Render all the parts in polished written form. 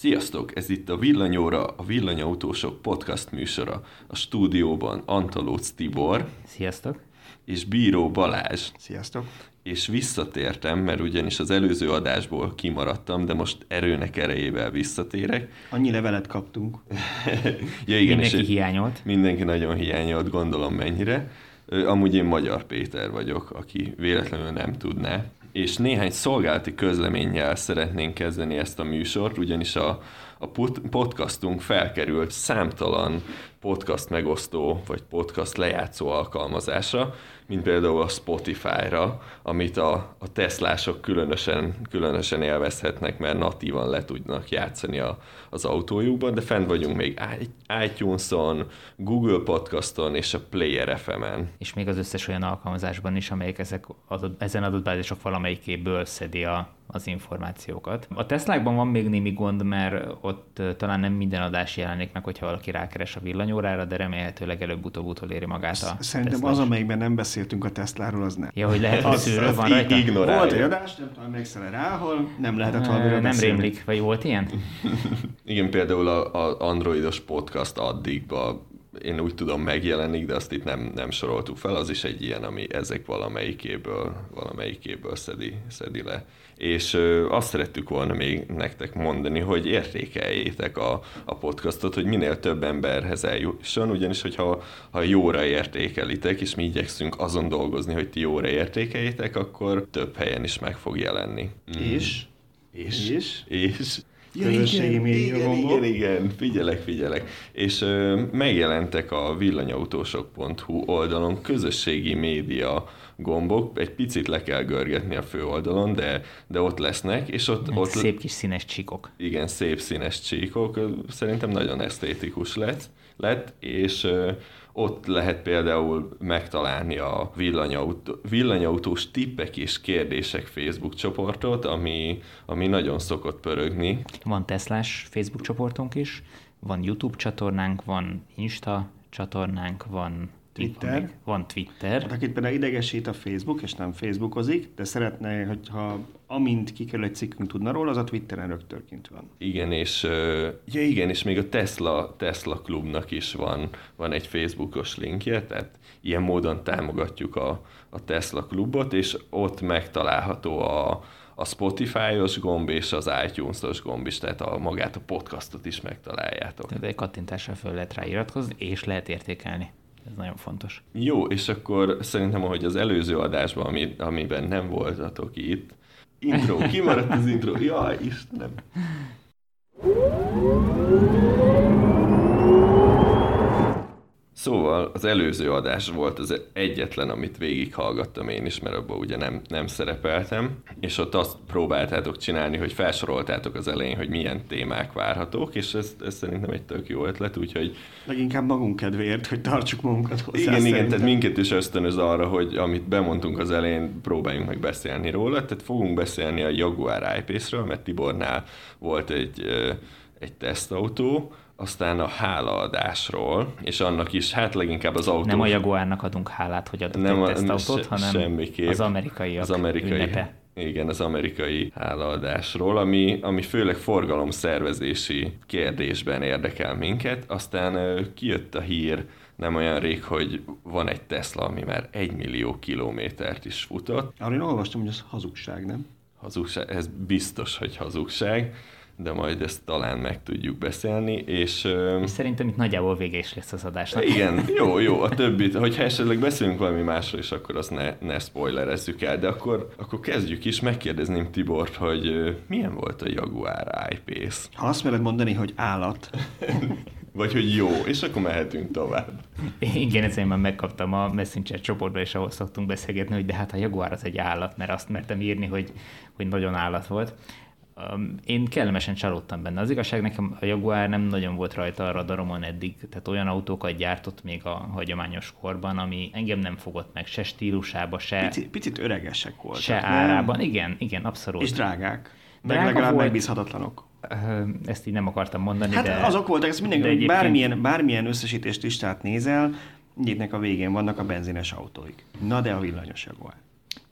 Sziasztok! Ez itt a Villanyóra, a Villanyautósok podcast műsora. A stúdióban Antalóc Tibor. Sziasztok! És Bíró Balázs. Sziasztok! És visszatértem, mert ugyanis az előző adásból kimaradtam, de most erőnek erejével visszatérek. Annyi levelet kaptunk. Ja, igen, mindenki hiányolt. Mindenki nagyon hiányolt, gondolom mennyire. Amúgy én Magyar Péter vagyok, aki véletlenül nem tudná. És néhány szolgálati közleménnyel szeretnénk kezdeni ezt a műsort, ugyanis a podcastunk felkerült számtalan podcast megosztó, vagy podcast lejátszó alkalmazásra, mint például a Spotify-ra, amit a Teslások különösen élvezhetnek, mert natívan le tudnak játszani az autójukban, de fent vagyunk még iTunes-on, Google Podcaston és a Player FM-en. És még az összes olyan alkalmazásban is, amelyek ezen adott bázisok valamelyikéből szedi az információkat. A Teslákban van még némi gond, mert ott talán nem minden adás jelenik meg, hogyha valaki rákeres a villanyórára, de remélhetőleg előbb-utóbb utoléri magát a Szerintem Teslás. az, amelyikben nem beszéltünk a Tesláról, az nem. Ja, hogy lehet, hogy szűrő van rajta? Ignorálja. Volt egy adás, nem tudom, emlékszel rá, ahol nem lehetett valamiről Nem beszélni. rémlik, vagy volt ilyen? Igen, például az androidos podcast addigba én úgy tudom megjelenik, de azt itt nem soroltuk fel, az is egy ilyen, ami ezek valamelyikéből szedi le. És azt szerettük volna még nektek mondani, hogy értékeljétek a podcastot, hogy minél több emberhez eljusson, ugyanis hogyha jóra értékelitek, és mi igyekszünk azon dolgozni, hogy ti jóra értékeljétek, akkor több helyen is meg fog jelenni. És? Közösségi média gombok. Igen, figyelek. És megjelentek a villanyautósok.hu oldalon közösségi média gombok, egy picit le kell görgetni a fő oldalon, de ott lesznek, és ott szép kis színes csíkok. Igen, szép színes csíkok, szerintem nagyon esztétikus lett, és ott lehet például megtalálni a villanyautós tippek és kérdések Facebook csoportot, ami nagyon szokott pörögni. Van Teslás Facebook csoportunk is, van YouTube csatornánk, van Insta csatornánk, van Twitter. Van Twitter. Hát akit például idegesít a Facebook, és nem Facebookozik, de szeretne, hogyha amint kikerül egy cikkünk tudna róla, az a Twitteren rögtön kint van. Igen, és még a Tesla klubnak is van egy Facebookos linkje, tehát ilyen módon támogatjuk a Tesla klubot, és ott megtalálható a Spotify-os gomb és az iTunes-os gomb is, tehát magát a podcastot is megtaláljátok. De egy kattintással föl lehet rá iratkozni, és lehet értékelni. Ez nagyon fontos. Jó, és akkor szerintem, ahogy az előző adásban, amiben nem voltatok itt, intro, kimaradt az intro, jaj, Istenem! Szóval az előző adás volt az egyetlen, amit végighallgattam én is, mert abban ugye nem szerepeltem, és ott azt próbáltátok csinálni, hogy felsoroltátok az elején, hogy milyen témák várhatók, és ez szerintem egy tök jó ötlet, úgyhogy... Leginkább magunk kedvéért, hogy tartsuk magunkat hozzá. Igen, tehát minket is ösztönöz arra, hogy amit bemondtunk az elején, próbáljunk meg beszélni róla, tehát fogunk beszélni a Jaguar I-Pace-ről, mert Tibornál volt egy tesztautó, aztán a hálaadásról, és annak is, hát leginkább az autó... Nem a Jaguarnak adunk hálát, hogy adott egy tesztautót, hanem semmiképp. az amerikaiak ünnepe. Igen, az amerikai hálaadásról, ami főleg forgalomszervezési kérdésben érdekel minket. Aztán kijött a hír nem olyan rég, hogy van egy Tesla, ami már 1 millió kilométert is futott. Arra én olvastam, hogy ez hazugság, nem? Hazugság, ez biztos, hogy hazugság, de majd ezt talán meg tudjuk beszélni, és szerintem itt nagyjából vége is lesz az adásnak. Igen, jó, a többit, hogyha esetleg beszélünk valami másról is, akkor azt ne spoilerezzük el, de akkor kezdjük is, megkérdezném Tibort, hogy milyen volt a Jaguar I-Pace? Ha azt veled mondani, hogy állat. Vagy hogy jó, és akkor mehetünk tovább. Igen, ezért már megkaptam a Messenger csoportba, és ahol szoktunk beszélgetni, hogy de hát a Jaguar az egy állat, mert azt mertem írni, hogy nagyon állat volt. Én kellemesen csalódtam benne. Az igazság, nekem a Jaguar nem nagyon volt rajta a radaromon eddig, tehát olyan autókat gyártott még a hagyományos korban, ami engem nem fogott meg, se stílusába, se... Picit öregesek voltak. Se árában, igen, abszolút. És drágák. Meg Drága legalább volt. megbízhatatlanok. Ezt így nem akartam mondani, Hát de... azok voltak, ez mindenki, egyébként... bármilyen összesítés listát nézel, mindegyiknek a végén vannak a benzines autóik. Na de a villanyos Jaguar.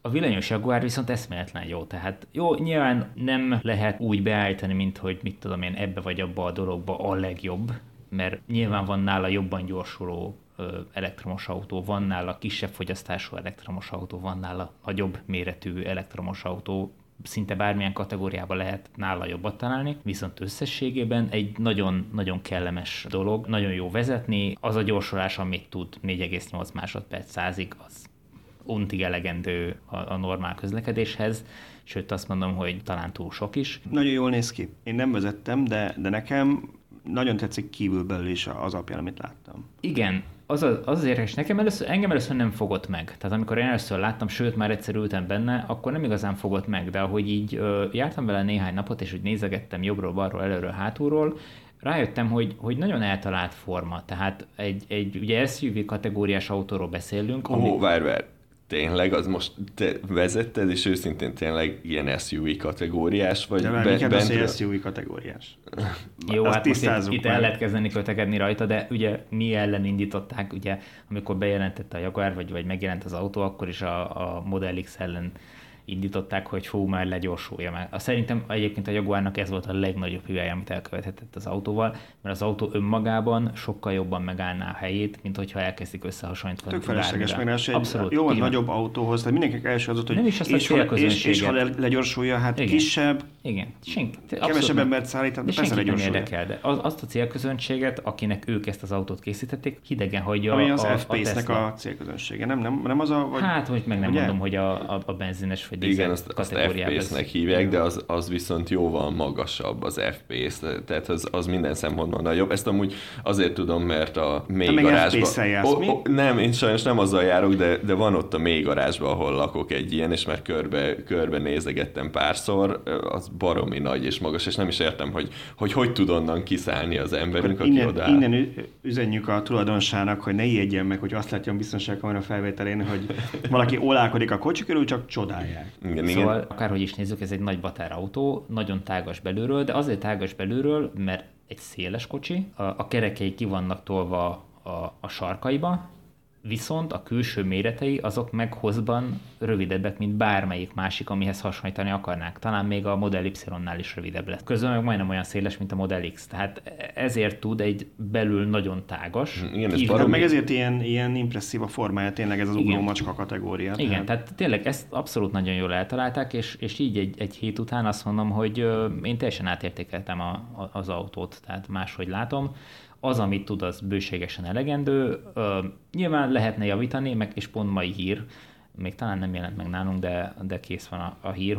A villanyos Jaguar viszont eszméletlen jó, tehát jó, nyilván nem lehet úgy beállítani, mint hogy mit tudom én, ebbe vagy abba a dologba a legjobb, mert nyilván van nála jobban gyorsuló elektromos autó, van nála kisebb fogyasztású elektromos autó, van nála nagyobb méretű elektromos autó, szinte bármilyen kategóriában lehet nála jobbat találni, viszont összességében egy nagyon-nagyon kellemes dolog, nagyon jó vezetni, az a gyorsulás, amit tud 4,8 másodperc 100-ig, az untig elegendő a normál közlekedéshez, sőt azt mondom, hogy talán túl sok is. Nagyon jól néz ki. Én nem vezettem, de nekem nagyon tetszik kívülbelül is az alapján, amit láttam. Igen, az érdekes, engem először nem fogott meg. Tehát amikor én először láttam, sőt már egyszer ültem benne, akkor nem igazán fogott meg, de ahogy így jártam vele néhány napot, és úgy nézegettem jobbról, balról, előről, hátulról, rájöttem, hogy nagyon eltalált forma. Tehát egy ugye SUV kategóriás autóról beszélünk. Várj. Tényleg, az most te vezetted, és őszintén tényleg ilyen SUV kategóriás, vagy de már inkább az, hogy SUV kategóriás. Jó, hát most itt el lehet kezdeni kötekedni rajta, de ugye mi ellen indították, ugye amikor bejelentette a Jaguar, vagy megjelent az autó, akkor is a Model X ellen indították, hogy már legyorsulja meg. Szerintem egyébként a Jaguarnak ez volt a legnagyobb hibája, amit elkövethetett az autóval, mert az autó önmagában sokkal jobban megállná a helyét, mint hogyha elkezdik összehasonlítani. Tök felesleges, mert egy jó nagyobb autóhoz, tehát mindenkinek első az, hogy nem is és ha legyorsulja, hát igen. Kisebb, igen. Kevesebb embert szállít, de senkit nem érdekel, de azt a célközönséget, akinek ők ezt az autót készítették, hidegen hagyja ami az F-Pace-nek a célközönsége, nem az a... Vagy, hát, hogy meg nem ugye? Mondom, hogy a benzines vagy dízel kategóriában. Azt F-Pace-nek hívják, de az viszont jóval magasabb az F-Pace, tehát az minden szempontból nagyobb. Ezt amúgy azért tudom, mert a mély garázsban... Nem, én sajnos nem azzal járok, de van ott a mély garázsban, ahol lakok egy ilyen, és már körbe nézegettem párszor, az baromi nagy és magas, és nem is értem, hogy tud onnan kiszállni az emberünk, aki odaáll. Innen üzenjük a tulajdonosának, hogy ne ijedjen meg, hogy azt látja a biztonságkamera felvételén, hogy valaki olálkodik a kocsi körül, csak csodálják. Igen, szóval akárhogy is nézzük, ez egy nagy batárautó, nagyon tágas belülről, de azért tágas belülről, mert egy széles kocsi, a kerekei ki vannak tolva a sarkaiba, viszont a külső méretei azok meg hosszban rövidebbek, mint bármelyik másik, amihez hasonlítani akarnák. Talán még a Model Y-nál is rövidebb lesz. Közben meg majdnem olyan széles, mint a Model X. Tehát ezért tud egy belül nagyon tágas. Igen, meg ezért ilyen impresszív a formája, tényleg ez az ugró macska kategória. Igen, tehát tényleg ezt abszolút nagyon jól eltalálták, és így egy hét után azt mondom, hogy én teljesen átértékeltem az autót, tehát máshogy látom. Az, amit tud, az bőségesen elegendő. Nyilván lehetne javítani, és pont mai hír, még talán nem jelent meg nálunk, de kész van a hír,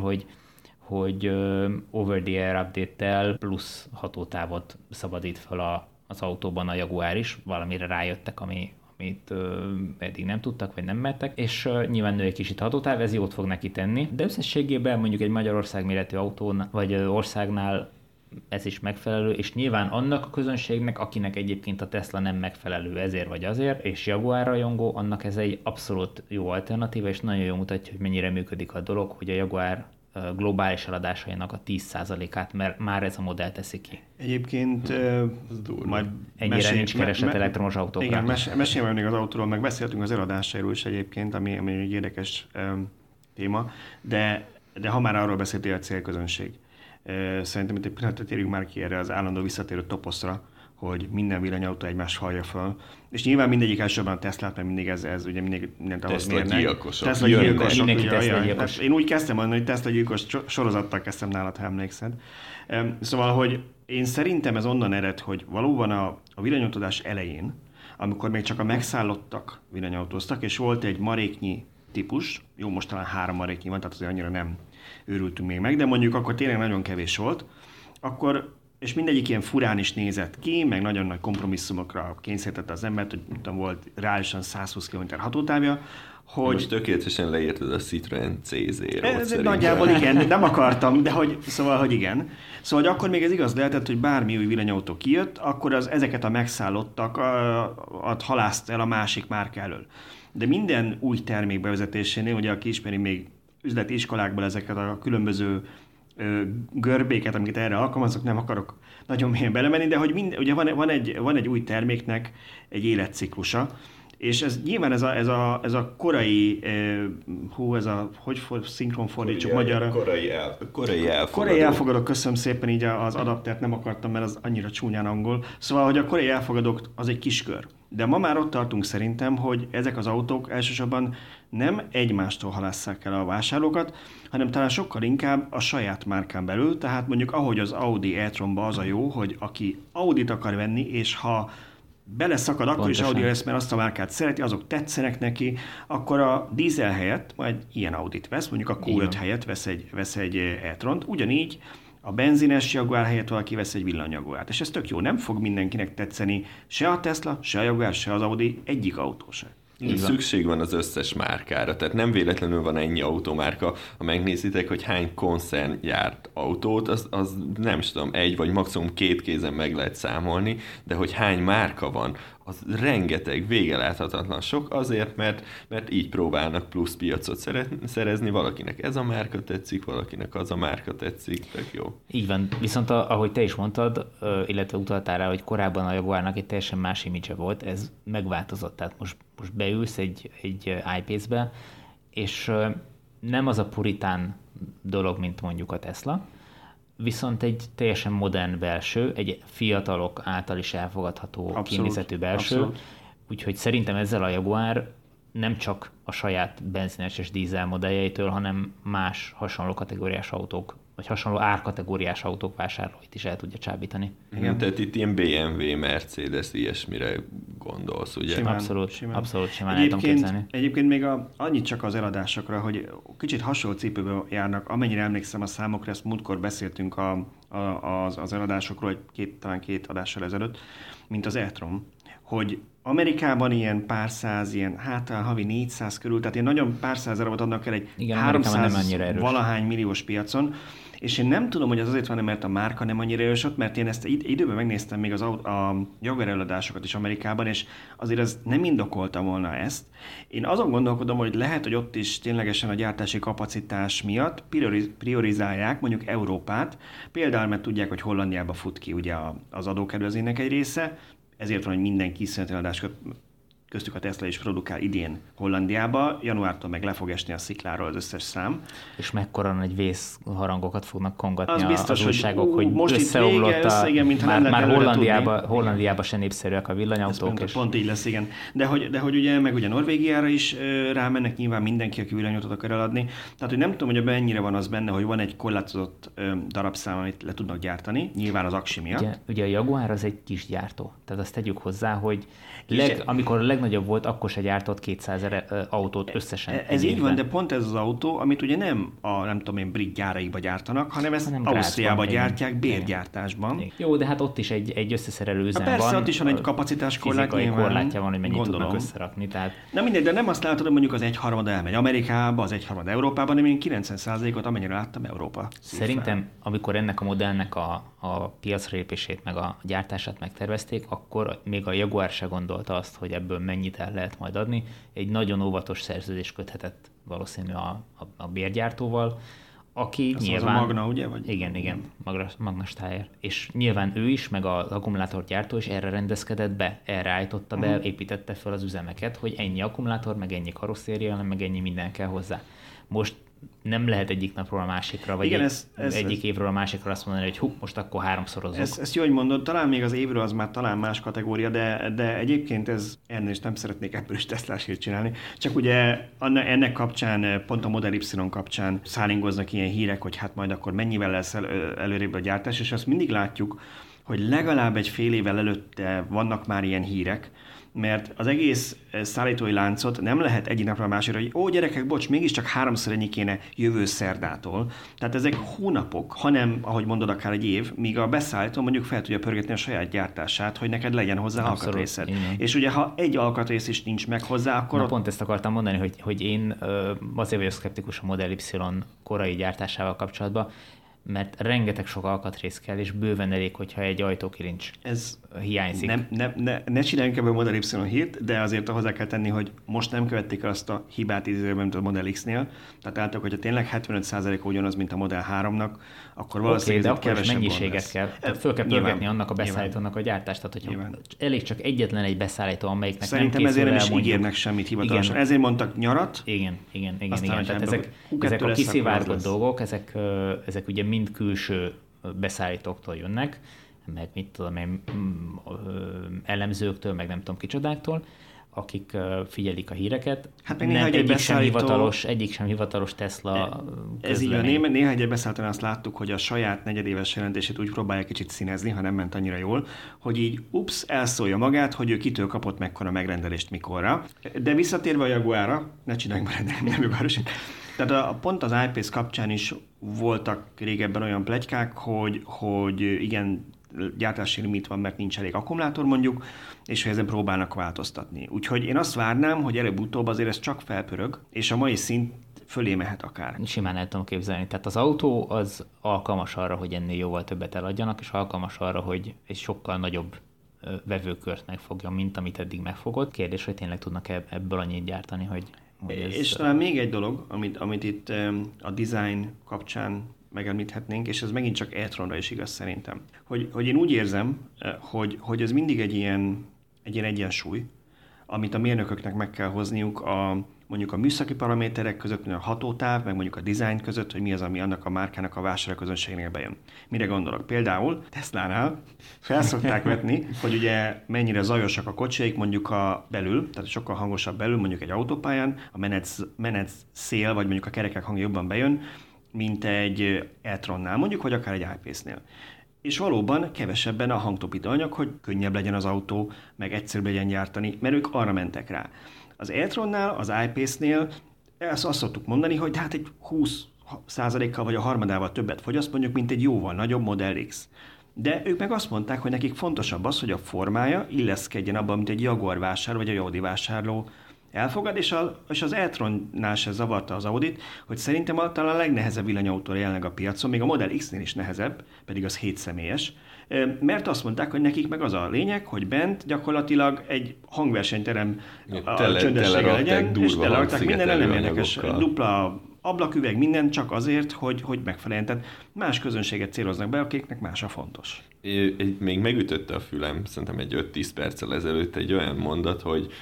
hogy over-the-air update-tel plusz hatótávot szabadít fel az autóban a Jaguar is, valamire rájöttek, amit eddig nem tudtak, vagy nem mertek, és nyilván nő egy kicsit hatótáv, ez jót fog neki tenni, de összességében mondjuk egy Magyarország méretű autón, vagy országnál ez is megfelelő, és nyilván annak a közönségnek, akinek egyébként a Tesla nem megfelelő ezért vagy azért, és Jaguar rajongó, annak ez egy abszolút jó alternatíva, és nagyon jól mutatja, hogy mennyire működik a dolog, hogy a Jaguar globális eladásainak a 10%-át, mert már ez a modell teszi ki. Egyébként majd ennyire nincs kereslet elektromos autókra. Igen, mesélj még az autóról, meg beszéltünk az eladásairól is egyébként, ami egy érdekes téma, de ha már arról beszéltél, a célközönség. Szerintem itt egy pillanatot térjünk már ki erre az állandó visszatérő toposzra, hogy minden villanyautó egymást hallja föl. És nyilván mindegyik elsősorban a Teslát, mert mindig ez ugye mindent ahhoz mérnek. Tesla gyilkosok. Én úgy kezdtem mondani, hogy Tesla gyilkos sorozattal kezdtem nálad, ha emlékszed. Szóval, hogy én szerintem ez onnan ered, hogy valóban a villanyautózás elején, amikor még csak a megszállottak villanyautóztak, és volt egy maréknyi típus, jó, most talán 3 maréknyi van, tehát azért annyira nem őrültünk még meg, de mondjuk akkor tényleg nagyon kevés volt, akkor, és mindegyik ilyen furán is nézett ki, meg nagyon nagy kompromisszumokra kényszerítette az embert, hogy tudom, volt reálisan 120 km hatótávja, hogy... Most tökéletesen leírtad a Citroen C0-ot. Nagyjából igen, nem akartam, de szóval, hogy igen. Szóval, hogy akkor még ez igaz lehetett, hogy bármi új villanyautó kijött, akkor ezeket a megszállottakat halászt el a másik márka elől. De minden új termék bevezetésénél, ugye aki ismeri még üzleti iskolákból ezeket a különböző görbéket, amiket erre alkalmazok, nem akarok nagyon mélyen belemenni, de hogy ugye van egy új terméknek egy életciklusa, És ez nyilván ez a korai, szinkron fordítsuk magyarra? Korai elfogadók, köszönöm szépen, így az adaptert nem akartam, mert az annyira csúnyán angol. Szóval, hogy a korai elfogadók az egy kiskör. De ma már ott tartunk szerintem, hogy ezek az autók elsősorban nem egymástól halásszák el a vásárlókat, hanem talán sokkal inkább a saját márkán belül. Tehát mondjuk ahogy az Audi e-tronba az a jó, hogy aki Audit akar venni, és ha beleszakad, akkor is Audi lesz, mert azt a márkát szereti, azok tetszenek neki, akkor a dízel helyett majd ilyen Audit vesz, mondjuk a Q5 helyett vesz egy e-tront, ugyanígy a benzines Jaguar helyett valaki vesz egy villanyjaguárt. És ez tök jó, nem fog mindenkinek tetszeni se a Tesla, se a Jaguar, se az Audi, egyik autó se. Szükség van az összes márkára, tehát nem véletlenül van ennyi automárka. Ha megnézitek, hogy hány koncern gyárt autót, az nem tudom, egy vagy maximum 2 kézen meg lehet számolni, de hogy hány márka van, az rengeteg, vége láthatatlan sok, azért, mert így próbálnak plusz piacot szerezni, valakinek ez a márka tetszik, valakinek az a márka tetszik, tök jó. Így van, viszont ahogy te is mondtad, illetve utaltál rá, hogy korábban a Jaguarnak egy teljesen más image volt, ez megváltozott, tehát most beülsz egy I-Pace-be, és nem az a puritán dolog, mint mondjuk a Tesla, viszont egy teljesen modern belső, egy fiatalok által is elfogadható kinézetű belső, úgyhogy szerintem ezzel a Jaguar nem csak a saját benzines és dízel modelljeitől, hanem más hasonló kategóriás autók, vagy hasonló árkategóriás autók vásárlóit is el tudja csábítani. Igen, tehát itt ilyen BMW, Mercedes, ilyesmire gondolsz, ugye? Abszolút simán el tudom képzelni. Egyébként még annyit csak az eladásokra, hogy kicsit hasonló cipőbe járnak, amennyire emlékszem a számokra, ezt múltkor beszéltünk az eladásokról, talán 2 adással ezelőtt, mint az e-tron, hogy Amerikában ilyen pár száz, havi 400 körül, tehát ilyen nagyon pár száz darabot adnak el egy 300 valahány milliós piacon, és én nem tudom, hogy az azért van, mert a márka nem annyira erős ott, mert én ezt időben megnéztem még a Jaguar eladásokat is Amerikában, és azért az nem indokolta volna ezt. Én azon gondolkodom, hogy lehet, hogy ott is ténylegesen a gyártási kapacitás miatt priorizálják mondjuk Európát, például mert tudják, hogy Hollandiába fut ki ugye az adókedvezménynek egy része, ezért van, hogy minden kiszöneteladás köztük a Tesla is produkál idén Hollandiába, januártól meg le fog esni a szikláról az összes szám. És mekkora nagy vészharangokat fognak kongatni az biztos, az újságok, hogy most összeomlott már Hollandiába se népszerűek a villanyautók. Pont így lesz, igen. De hogy ugye, meg ugye Norvégiára is rámennek nyilván mindenki, aki villanyautót akar eladni. Tehát, hogy nem tudom, hogy mennyire van az benne, hogy van egy korlátozott darabszám, amit le tudnak gyártani, nyilván az aksi miatt. Ugye a Jaguar az egy kis gyártó. Tehát azt tegyük hozzá, hogy amikor a legnagyobb volt, akkor se gyártott 200 000 autót összesen. Ez így van, de pont ez az autó, amit ugye nem brit gyáraiba gyártanak, hanem ezt Ausztriába gyártják bérgyártásban. Igen. Jó, de hát ott is egy összeszerelő üzem van. Persze, ott is van egy kapacitáskorlát. Fizikai korlátja van, hogy mennyit tudnak összerakni. Tehát... Na mindegy, de nem azt látod, hogy mondjuk az 1/3 elmegy Amerikába, az 1/3 Európában, hanem én 90%-ot, amennyire láttam, Európa. Szerintem, amikor ennek a modellnek a piacra lépését, meg a gyártását megtervezték, akkor még a Jaguar se gondolta azt, hogy ebből mennyit el lehet majd adni. Egy nagyon óvatos szerződés köthetett valószínű a bérgyártóval, aki az nyilván... Az a Magna, ugye? Vagy? Igen, Magna Steyr. És nyilván ő is, meg az akkumulátorgyártó is erre rendezkedett be, erre állította be, építette fel az üzemeket, hogy ennyi akkumulátor, meg ennyi karosszéria, meg ennyi minden kell hozzá. Most nem lehet egyik napról a másikra, vagy igen, egyik évről a másikra azt mondani, hogy most akkor 3-szorozzuk. Ezt jó, hogy mondod, talán még az évről az már talán más kategória, de egyébként ez ennél is nem szeretnék ebből is Teslás hírt csinálni. Csak ugye ennek kapcsán, pont a Model Y kapcsán szállingoznak ilyen hírek, hogy hát majd akkor mennyivel lesz előrébb a gyártás, és azt mindig látjuk, hogy legalább egy fél évvel előtte vannak már ilyen hírek, mert az egész szállítói láncot nem lehet egyik napra a másikra, hogy gyerekek, bocs, mégiscsak 3-szor ennyi kéne jövő szerdától. Tehát ezek hónapok, hanem, ahogy mondod, akár egy év, míg a beszállító mondjuk fel tudja pörgetni a saját gyártását, hogy neked legyen hozzá alkatrészed. És ugye, ha egy alkatrész is nincs meg hozzá, akkor... Pont ezt akartam mondani, hogy én azért vagyok szkeptikus a Model Y korai gyártásával kapcsolatban. mert rengeteg sok alkatrész kell, és bőven elég, hogyha egy ajtókilincs hiányzik. Ne csináljunk ebből a Model Y hírt, de azért hozzá kell tenni, hogy most nem követték el azt a hibát idézőben, mint a Model X-nél. Tehát álltak, hogyha tényleg 75%-a ugyanaz, mint a Model 3-nak, akkor valószínűleg de akkor is mennyiséget kell. Tehát föl kell pörgetni annak a beszállítónak a gyártást. Tehát, hogyha elég csak egyetlen egy beszállító, amelyiknek szerintem nem készül ezért nem is ígérnek semmit hivatalosan. Ezért mondtak nyarat. Igen. Tehát ezek a kiszivárgott dolgok, ezek ugye mind külső beszállítóktól jönnek, meg mit tudom én, elemzőktől, meg nem tudom kicsodáktól, akik figyelik a híreket. Hát nem, egyik sem hivatalos Tesla ez így van, néha egy beszállítónál azt láttuk, hogy a saját negyedéves jelentését úgy próbálja kicsit színezni, ha nem ment annyira jól, hogy így elszólja magát, hogy ő kitől kapott mekkora megrendelést mikorra. De visszatérve a Jaguarra, ne csináljunk már nem Jaguaros. Tehát pont az I-Pace kapcsán is voltak régebben olyan pletykák, hogy igen, gyártási limit van, mert nincs elég akkumulátor mondjuk, és hogy ezen próbálnak változtatni. Úgyhogy én azt várnám, hogy előbb-utóbb azért ez csak felpörög, és a mai szint fölé mehet akár. Simán el tudom képzelni. Tehát az autó az alkalmas arra, hogy ennél jóval többet eladjanak, és alkalmas arra, hogy egy sokkal nagyobb vevőkört megfogja, mint amit eddig megfogott. Kérdés, hogy tényleg tudnak ebből annyit gyártani, hogy és talán még egy dolog, amit itt a design kapcsán megemlíthetnénk, és ez megint csak e-tronra is igaz szerintem, hogy én úgy érzem, hogy ez mindig egy ilyen egyensúly, amit a mérnököknek meg kell hozniuk mondjuk a műszaki paraméterek között, a hatótáv, meg mondjuk a design között, hogy mi az, ami annak a márkának a vásárlóközönségnél bejön. Mire gondolok? Például Tesla-nál felszokták vetni, hogy ugye mennyire zajosak a kocsiaik mondjuk a belül, tehát sokkal hangosabb belül, mondjuk egy autópályán, a menet szél, vagy mondjuk a kerekek hangja jobban bejön, mint egy e-tronnál mondjuk, vagy akár egy I-Pace-nél. És valóban kevesebben a hangtopító anyag, hogy könnyebb legyen az autó, meg egyszerűbb legyen gyártani, mert ők arra mentek rá. Az e-tronnál, az I-Pace-nél azt szoktuk mondani, hogy hát egy 20%-kal vagy a harmadával többet fogyaszt, mondjuk, mint egy jóval nagyobb Model X. De ők meg azt mondták, hogy nekik fontosabb az, hogy a formája illeszkedjen abban, mint egy Jaguar vásárló vagy egy Audi vásárló elfogad, és az e-tronnál se zavarta az Audit, hogy szerintem talán a legnehezebb villanyautó jelenleg a piacon, még a Model X-nél is nehezebb, pedig az 7 személyes, mert azt mondták, hogy nekik meg az a lényeg, hogy bent gyakorlatilag egy hangversenyterem csöndessége legyen, és telerakták minden nem érdekes, dupla ablaküveg, minden csak azért, hogy megfeleljen. Tehát más közönséget céloznak be, akiknek más a fontos. Még megütötte a fülem, szerintem egy 5-10 perccel ezelőtt egy olyan mondat,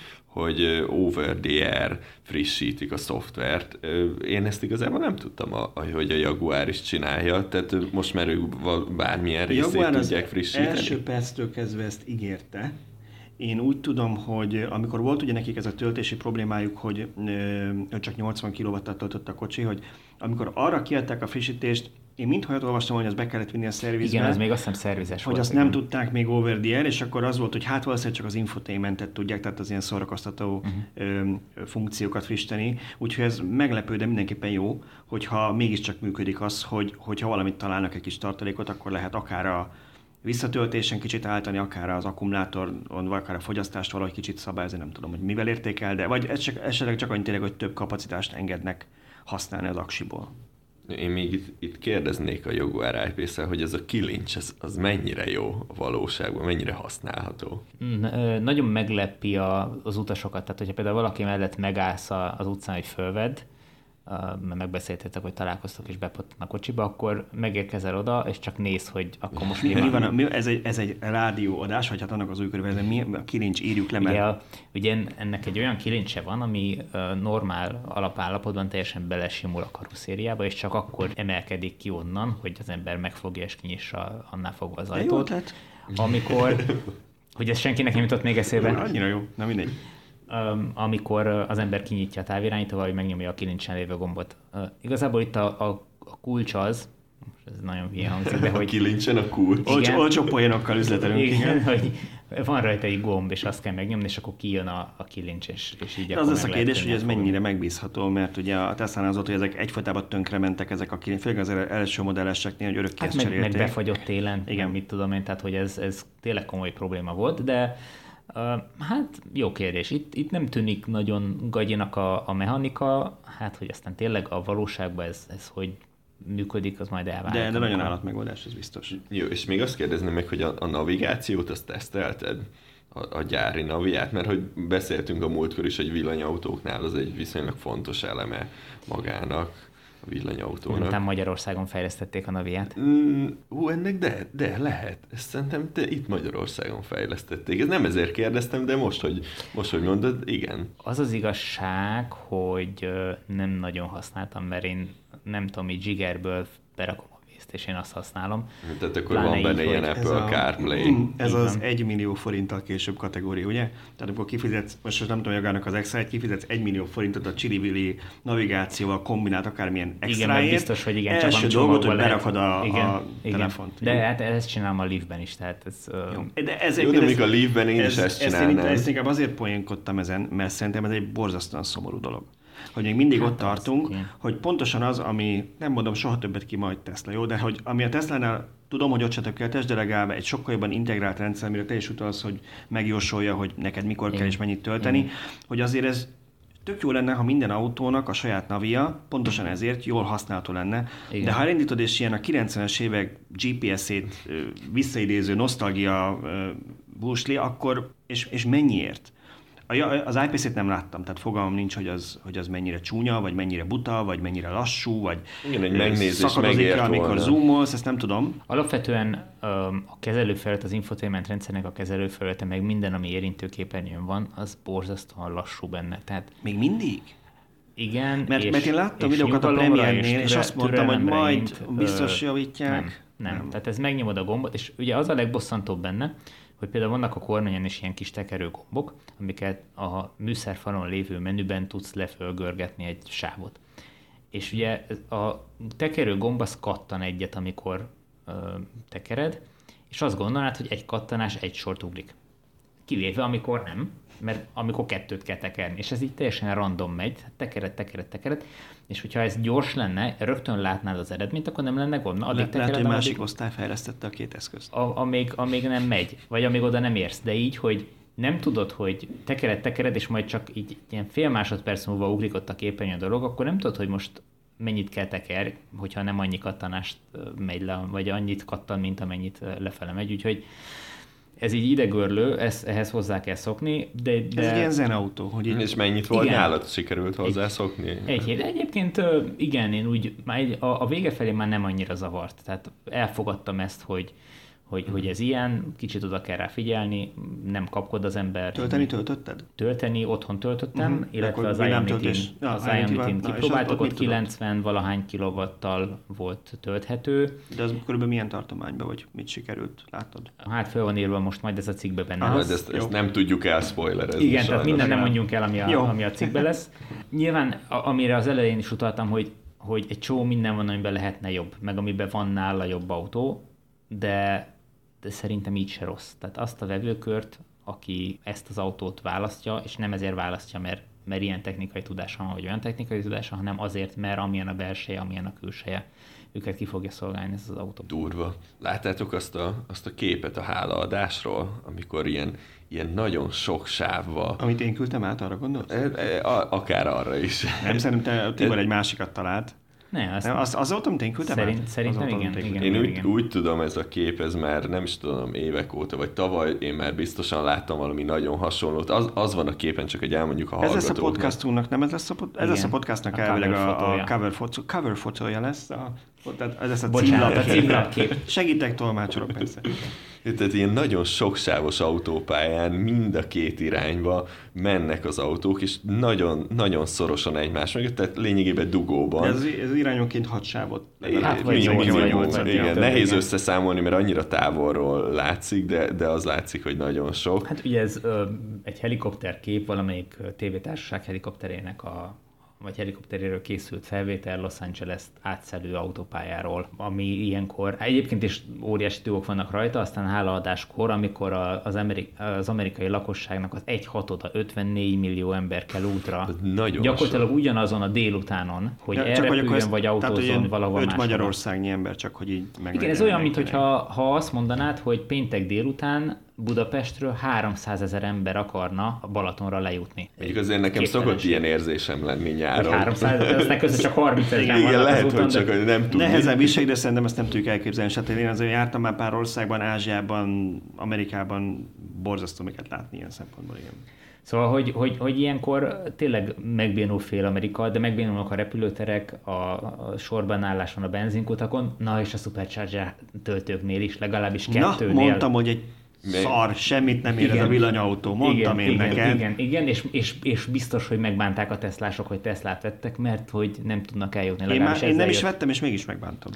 hogy over the air frissítik a szoftvert. Én ezt igazából nem tudtam, hogy a Jaguar is csinálja, tehát most már ők bármilyen részét tudják frissíteni. Első perctől kezdve ezt ígérte. Én úgy tudom, hogy amikor volt ugye nekik ez a töltési problémájuk, hogy csak 80 kW-tal töltött a kocsi, hogy amikor arra kiadták a frissítést, én mindhajat olvastam, hogy azt be kellett vinni a szervizbe. Igen, ez még azt hiszem szervizes volt. Hogy azt nem tudták még over the air, és akkor az volt, hogy hát valószínűleg csak az infotainmentet tudják, tehát az ilyen szórakoztató funkciókat frissíteni. Úgyhogy ez meglepő, de mindenképpen jó, hogyha mégiscsak működik az, hogyha valamit találnak egy kis tartalékot, akkor lehet akár a visszatöltésen kicsit állítani, akár az akkumulátoron, vagy akár a fogyasztást valahogy kicsit szabályozni, nem tudom, hogy mivel értékel, de vagy esetleg csak annyit tényleg, hogy több kapacitást engednek használni az aksiból. Én még itt kérdeznék a Jaguar I-Pace-el, hogy ez a kilincs, az mennyire jó a valóságban, mennyire használható? Nagyon meglepi az utasokat, tehát hogyha például valaki mellett megállsz az utcán, hogy fölvedd, mert megbeszéltétek, hogy találkoztok és bepottan a kocsiba, akkor megérkezel oda, és csak néz, hogy akkor most mi van. Ez egy rádióadás, vagy hát annak az új körülbelül, mi a kilincs, írjuk le, mert... Ugye ennek egy olyan kilincse van, ami normál alapállapotban teljesen belesimul a karosszériába, és csak akkor emelkedik ki onnan, hogy az ember megfogja és kinyissa annál fogva az ajtót. Amikor... Hogy ez senkinek nem jutott még eszébe. Annyira jó, na mindegy. Amikor az ember kinyitja a távirányítóval, vagy megnyomja a kilincsen lévő gombot. Igazából itt a kulcs az, ez nagyon hülye hangzik, de hogy... Kilincsen a kulcs. Olcsó poénokkal üzletelünk. Igen, hogy van rajta egy gomb, és azt kell megnyomni, és akkor kijön a kilincs, és így de az lesz a kérdés, hogy ez mennyire megbízható, mert ugye a Tesla-nál az volt, hogy ezek egyfolytában tönkre mentek ezek a kilincs, főleg az első modelleseknél, hogy örökké ezt cserélték. Meg befagyott télen, igen. Mit tudom én, tehát hogy ez tényleg komoly probléma volt, de hát jó kérdés. Itt nem tűnik nagyon gagyinak a mechanika, hát hogy aztán tényleg a valóságban ez hogy működik, az majd elválhat. De nagyon állatmegoldás, ez biztos. Jó, és még azt kérdezném meg, hogy a navigációt azt tesztelted? A gyári naviát, mert hogy beszéltünk a múltkor is, hogy villanyautóknál az egy viszonylag fontos eleme magának, a villanyautónak. Nem Magyarországon fejlesztették a naviát. Ennek de lehet. Ezt szerintem itt Magyarországon fejlesztették. Ez nem ezért kérdeztem, de most, hogy mondod, igen. Az az igazság, hogy nem nagyon használtam, mert én nem tudom, így zsigerből berakom a vészt, és én azt használom. Tehát akkor van benne ilyen Apple CarPlay. Ez az 1 millió forinttal később kategória, ugye? Tehát akkor kifizetsz, most nem tudom, Jogának az extra-t, kifizetsz 1 millió forintot a Chili-Willy navigációval kombinált akármilyen extraért. Igen, biztos, hogy igen. Első dolgot, hogy berakod a telefont. De hát ezt csinálom a Leafben is, tehát ez... De még a Leafben én is ezt csinálnám. Ezt inkább azért poénkodtam ezen, mert szerintem ez egy borzasztóan szomorú dolog. Hogy még mindig ott tartunk, hogy pontosan az, ami, nem mondom soha többet ki majd Tesla, jó? De hogy ami a Tesla-nál, tudom, hogy ott se tökéletes, de legalább egy sokkal jobban integrált rendszer, amire te is utalsz, hogy megjósolja, hogy neked mikor kell és mennyit tölteni, hogy azért ez tök jó lenne, ha minden autónak a saját navia, pontosan ezért jól használható lenne. Igen. De ha elindítod és ilyen a 90-es évek GPS-ét visszaidéző nosztalgia búsli, akkor, és mennyiért? Az iPace-et nem láttam, tehát fogalmam nincs, hogy az mennyire csúnya, vagy mennyire buta, vagy mennyire lassú, vagy szakadozik rá, amikor zoomolsz, ezt nem tudom. Alapvetően a kezelőfelület, az infotainment rendszernek a kezelőfelülete, meg minden, ami érintőképernyőn van, az borzasztóan lassú benne. Tehát még mindig? Igen. Mert én láttam videókat a Premiernél, és azt mondtam, hogy majd biztos javítják. Nem. Tehát ez megnyomod a gombot, és ugye az a legbosszantóbb benne, hogy például vannak a kormányon is ilyen kis tekerőgombok, amiket a műszerfalon lévő menüben tudsz lefölgörgetni egy sávot. És ugye a tekerőgomb az kattan egyet, amikor tekered, és azt gondolnád, hogy egy kattanás egy sort ugrik. Kivéve, amikor nem, mert amikor kettőt kell tekerni, és ez így teljesen random megy, tekered, és hogyha ez gyors lenne, rögtön látnád az eredményt, akkor nem lenne gond. Lehet, hogy másik osztály fejlesztette a két eszközt. Amíg nem megy, vagy amíg oda nem érsz, de így, hogy nem tudod, hogy tekered, és majd csak így ilyen fél másodperc múlva ugrik ott a képernyőn a dolog, akkor nem tudod, hogy most mennyit kell tekerni, hogyha nem annyi kattanást megy le, vagy annyit kattan, mint amennyit lefele megy, úgyhogy ez így idegörlő, ehhez hozzá kell szokni, de... Ez egy ilyen zenautó, hogy így... És mennyit volt nálad, sikerült hozzászokni? Egy hét. Egyébként igen, én úgy a vége felé már nem annyira zavart. Tehát elfogadtam ezt, hogy ez ilyen, kicsit oda kell rá figyelni, nem kapkod az ember. Töltötted? Tölteni, otthon töltöttem, illetve az Ionity-n kipróbáltuk, ott 90-valahány kilovattal volt tölthető. De az körülbelül milyen tartományban, vagy mit sikerült, látod? Hát föl van írva most majd ez a cikkbe benne. Ezt nem tudjuk elspoilerezni. Igen, tehát minden nem mondjunk el, ami a cikkbe lesz. Nyilván, amire az elején is utaltam, hogy egy csomó minden van, amiben lehetne jobb, meg amiben van nála jobb autó, de szerintem így se rossz. Tehát azt a vevőkört, aki ezt az autót választja, és nem ezért választja, mert ilyen technikai tudása van, vagy olyan technikai tudása, hanem azért, mert amilyen a belseje, amilyen a külseje, őket ki fogja szolgálni ez az autó. Durva. Láttátok azt a képet a hálaadásról, amikor ilyen nagyon sok sávval... Amit én küldtem át, arra gondolsz? Akár arra is. Nem, szerintem Tibor egy másikat talált. Ne, az volt, amit én küldtem át? Szerintem igen. Én úgy tudom, ez a kép, ez már nem is tudom, évek óta, vagy tavaly én már biztosan láttam valami nagyon hasonlót. Az van a képen, csak hogy elmondjuk a hallgatóknak. Ez lesz a podcastunknak, nem ez lesz a podcastnak elvileg a cover fotója lesz. Ez lesz a címlap. Segítek, tolmácsolok persze. Tehát ilyen nagyon soksávos autópályán mind a két irányba mennek az autók, és nagyon, nagyon szorosan egymás mögött, tehát lényegében dugóban. Ez irányonként 6 sávot. Igen, nehéz összeszámolni, mert annyira távolról látszik, de az látszik, hogy nagyon sok. Hát ugye ez egy helikopterkép, valamelyik tévétársaság helikopterének vagy helikopteréről készült felvétel Los Angeles átszelő autópályáról, ami ilyenkor, egyébként is óriási dugók vannak rajta, aztán hálaadáskor, amikor az amerikai lakosságnak az 1/6, 54 millió ember kell útra, gyakorlatilag ugyanazon a délutánon, hogy elrepüljön vagy autózon valahol máshol. 5 magyarországnyi ember, csak hogy így meglegyen. Igen, ez olyan, mintha ha azt mondanád, hogy péntek délután Budapestről 300 000 ember akarna a Balatonra lejutni. Mondjuk azért nekem szokott ilyen érzésem lenni nyáron. 300 000, aztán közben csak 30 000 igen, lehet, hogy csak nem tudni. Nehezebb is, de szerintem ezt nem tudjuk elképzelni. Hát én azért jártam már pár országban, Ázsiában, Amerikában, borzasztó miket látni ilyen szempontból, igen. Szóval, hogy ilyenkor tényleg megbénul fél Amerika, de megbénulnak a repülőterek, a sorban állás van a benzinkutakon, na és a Supercharger töltőknél is, legalábbis kettőnél. Na, mondtam, hogy egy szar, semmit nem ér ez a villanyautó, mondtam én neked. Igen, és biztos, hogy megbánták a Teslások, hogy Teslát vettek, mert hogy nem tudnak eljutni. Én nem is vettem, és mégis megbántam.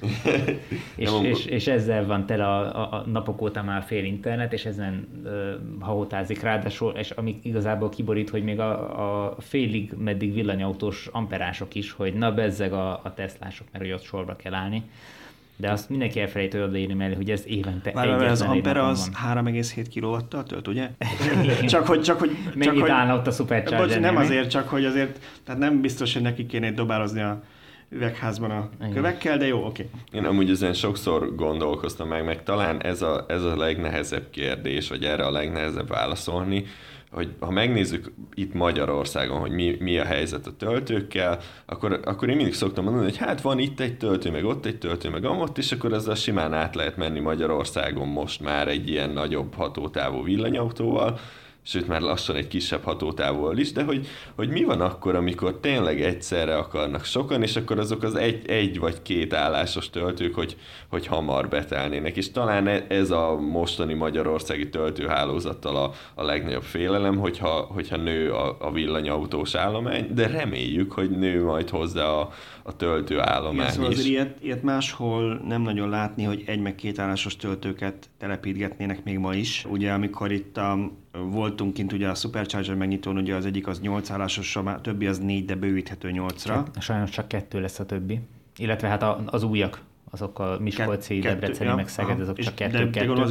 és ezzel van tele a napok óta már fél internet, és ezen hahotázik ráadásul, és ami igazából kiborít, hogy még a félig meddig villanyautós amperások is, hogy na bezzeg a Teslások, mert hogy ott sorba kell állni. De azt mindenki elfelejt odaírni mellé, hogy ez évente egyetlen az ampere az 3,7 kW-tal tölt, ugye? csak hogy mennyit állna ott a Supercharger? Nem azért, csak hogy azért, tehát nem biztos, hogy neki kéne dobálozni a üvegházban a kövekkel, de jó, oké. Én amúgy ezen sokszor gondolkoztam meg talán ez a legnehezebb kérdés, vagy erre a legnehezebb válaszolni, hogy ha megnézzük itt Magyarországon, hogy mi a helyzet a töltőkkel, akkor én mindig szoktam mondani, hogy hát van itt egy töltő, meg ott egy töltő, meg amott, és akkor ezzel simán át lehet menni Magyarországon most már egy ilyen nagyobb hatótávú villanyautóval, sőt már lassan egy kisebb hatótávúval is, de hogy mi van akkor, amikor tényleg egyszerre akarnak sokan, és akkor azok az egy vagy két állásos töltők, hogy hamar betelnének. És talán ez a mostani magyarországi töltőhálózattal a legnagyobb félelem, hogyha nő a villanyautós állomány, de reméljük, hogy nő majd hozzá a töltőállomány szóval is. Azért ilyet máshol nem nagyon látni, hogy egy meg két állásos töltőket telepítgetnének még ma is. Ugye amikor itt voltunk kint ugye a Supercharger megnyitón, ugye az egyik az 8 állásos, a többi az 4, de bővíthető 8-ra. Sajnos csak 2 lesz a többi. Illetve hát az újak, azok a Miskolci, Debreceni, meg Szeged, azok csak 2.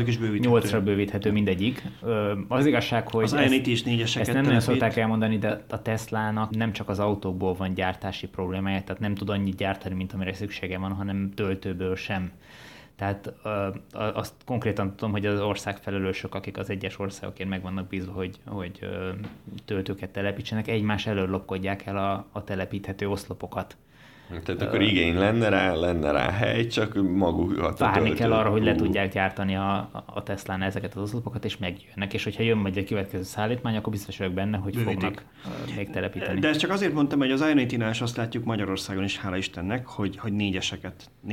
8-ra bővíthető mindegyik. Az igazság, hogy az Ionity is 4-eseket ezt nem nagyon szokták elmondani, de a Teslának nem csak az autókból van gyártási problémája, tehát nem tud annyit gyártani, mint amire szüksége van, hanem töltőből sem. Tehát azt konkrétan tudom, hogy az országfelelősök, akik az egyes országokért meg vannak bízva, hogy töltőket telepítsenek, egymás elől lopkodják el a telepíthető oszlopokat. Tehát akkor igény lenne rá hely, csak magukat várni kell arra, hogy le tudják gyártani a Teslán ezeket az oszlopokat, és megjönnek. És hogyha jön majd egy következő szállítmány, akkor biztos vagyok benne, hogy fognak még telepíteni. De ezt csak azért mondtam, hogy az Ionity-nál is azt látjuk Magyarországon is, hála Istennek, hogy 4-eseket,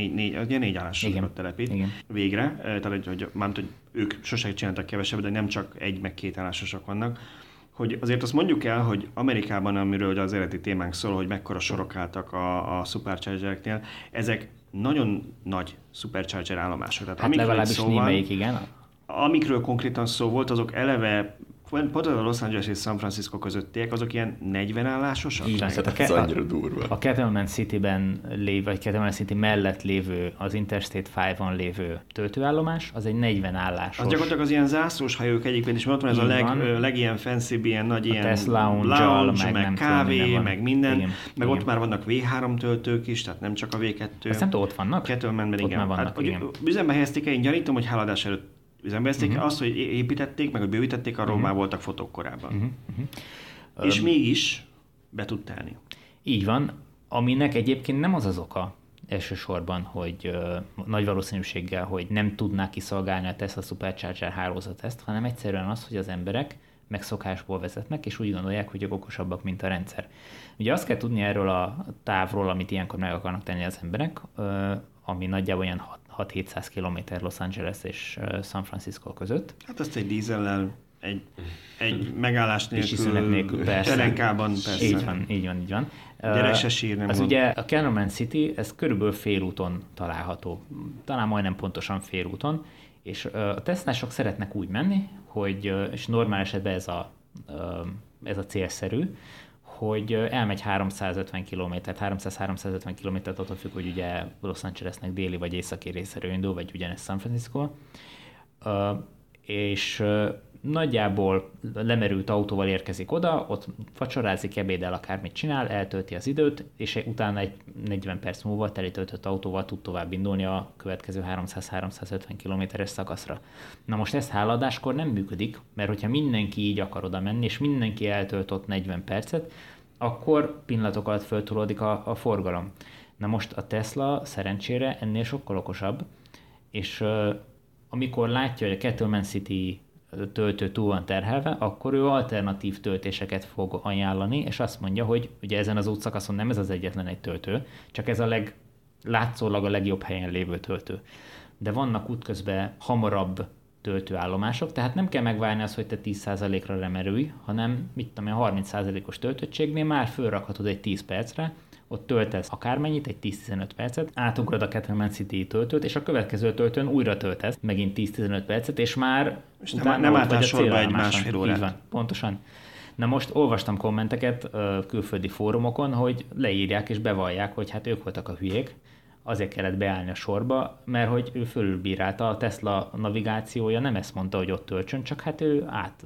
4 állásokat telepít. Igen. Végre. Tehát, hogy ők sosem csináltak kevesebbet, de nem csak 1 meg 2 állásosok vannak. Hogy azért azt mondjuk el, hogy Amerikában, amiről az eredeti témánk szól, hogy mekkora sorok álltak a Superchargereknél, ezek nagyon nagy Supercharger állomások. Tehát hát legalábbis némelyik, igen. Amikről konkrétan szó volt, azok eleve pont a Los Angeles és San Francisco közöttiek, azok ilyen 40 állásosak? Igen, a Cattleman City-ben lévő, vagy Cattleman City mellett lévő, az Interstate 5-on lévő töltőállomás, az egy 40 állásos. Az gyakorlatilag az ilyen zászlós hajók egyébként is mondtam, ez a legilyen fancy, ilyen nagy ilyen lounge, meg kávé, meg minden. Igen, meg ott már vannak V3 töltők is, tehát nem csak a V2. Azt nem tudom, ott vannak? Cattlemanben igen. Már vannak, igen. Üzembe helyezték el, én gyanítom, hogy háladás előtt üzembe helyezték. Azt, hogy építették, meg hogy bővítették, arról már voltak fotók korábban. És mégis be tud telni. Így van, aminek egyébként nem az oka elsősorban, hogy nagy valószínűséggel, hogy nem tudnák kiszolgálni a Tesla Supercharger hálózat ezt, hanem egyszerűen az, hogy az emberek megszokásból vezetnek, és úgy gondolják, hogy ők okosabbak, mint a rendszer. Ugye azt kell tudni erről a távról, amit ilyenkor meg akarnak tenni az emberek, ami nagyjából olyan 6-700 km Los Angeles és San Francisco között. Hát ezt egy dízellel, egy megállás nélkül, terenkában persze. Így van. Gyerek se sír, nem az ugye a Cattleman City, ez körülbelül félúton található. Talán majdnem pontosan félúton, és a Teslások szeretnek úgy menni, hogy, és normál esetben ez a célszerű, hogy elmegy 350 km-t, 300-350 km-t, attól függ, hogy ugye Los Angelesnek déli vagy északi részéről indul, vagy ugyanez San Francisco, és nagyjából lemerült autóval érkezik oda, ott vacsorázik, ebédel, akármit csinál, eltölti az időt, és utána egy 40 perc múlva telítöltött autóval tud tovább indulni a következő 300-350 kilométeres szakaszra. Na most ez háladáskor nem működik, mert hogyha mindenki így akar oda menni, és mindenki eltölt ott 40 percet, akkor pillanatok alatt föltolódik a forgalom. Na most a Tesla szerencsére ennél sokkal okosabb, és amikor látja, hogy a Kettleman City töltő túl van terhelve, akkor ő alternatív töltéseket fog ajánlani, és azt mondja, hogy ugye ezen az útszakaszon nem ez az egyetlen egy töltő, csak ez látszólag a legjobb helyen lévő töltő. De vannak útközben hamarabb töltőállomások, tehát nem kell megvárni azt, hogy te 10%-ra lemerülj, hanem mit tudom, a 30%-os töltöttségnél már fölrakhatod egy 10 percre, ott töltesz akármennyit, egy 10-15 percet, átugrod a Kettleman City töltőt, és a következő töltőn újra töltesz, megint 10-15 percet, és már és nem álltál sorba egy másfél órát. Így van, pontosan. Na most olvastam kommenteket külföldi fórumokon, hogy leírják és bevallják, hogy hát ők voltak a hülyék, azért kellett beállni a sorba, mert hogy ő fölülbírálta, a Tesla navigációja nem ezt mondta, hogy ott töltsön, csak hát ő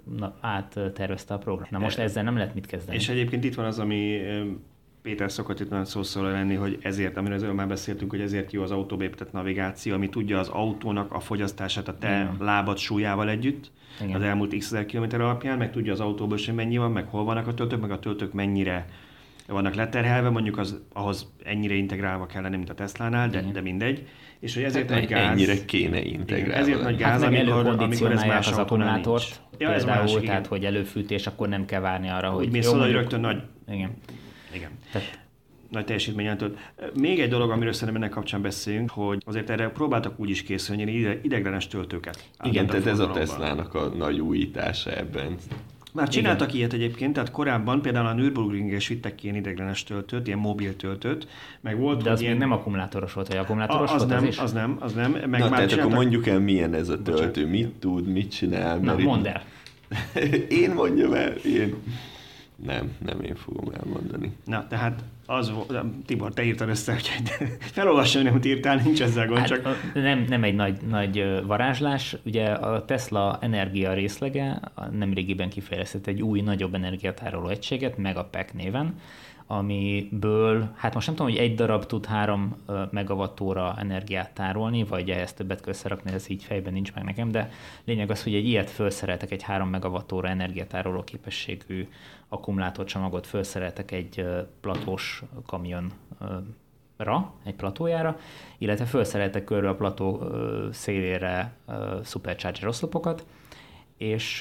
áttervezte a program. Na most ezzel nem lehet mit kezdeni. És egyébként itt van az, ami Péter szokott itt nagyon szószóló lenni, hogy ezért, amiről már beszéltünk, hogy ezért jó az autóba épített navigáció, ami tudja az autónak a fogyasztását a te lábad súlyával együtt, az elmúlt x ezer kilométer alapján, meg tudja az autóból sem mennyi van, meg hol vannak a töltők, meg a töltők mennyire vannak leterhelve, mondjuk ahhoz ennyire integrálva kell lenni, mint a Teslánál, de mindegy. És hogy ezért nagy gáz... Ennyire kéne integrálva. Ezért nagy gáz, amikor ez más az akkumulátort, ja, ez más, tehát hogy előfűtés, akkor nem kell várni arra, hogy... Úgy mész oda, hogy rögtön nagy... Igen. Tehát... Nagy teljesítményen tölt. Még egy dolog, amiről szerintem ennek kapcsán beszélünk, hogy azért erre próbáltak úgy is készülni, ideglenes töltőket. Igen, tehát ez a Teslának a nagy újítása ebben. Már csináltak ilyet egyébként, tehát korábban például a Nürburgringen-es vittek ki ilyen ideglenes töltőt, ilyen mobil töltőt, meg volt, de az ilyen... még nem akkumulátoros volt, vagy akkumulátoros volt az nem. Meg na, már tehát csináltak... akkor mondjuk el, milyen ez a töltő, mit tud, mit csinál. Na, mondd el. Én mondjam el, Nem én fogom elmondani. Na, tehát az volt, Tibor, te írtad össze, úgyhogy felolvassam, amit írtál, nincs ezzel gond, csak... Nem egy nagy varázslás. Ugye a Tesla energia részlege nemrégiben kifejlesztett egy új, nagyobb energiatároló egységet, Megapack néven, amiből, hát most nem tudom, hogy egy darab tud 3 megawattóra energiát tárolni, vagy ehhez többet kell összerakni, ez így fejben nincs meg nekem, de lényeg az, hogy egy ilyet felszereltek, egy 3 megawattóra energiatároló képességű akkumulátorcsomagot felszereltek egy platós kamionra, egy platójára, illetve felszereltek körül a plató szélére supercharger oszlopokat, és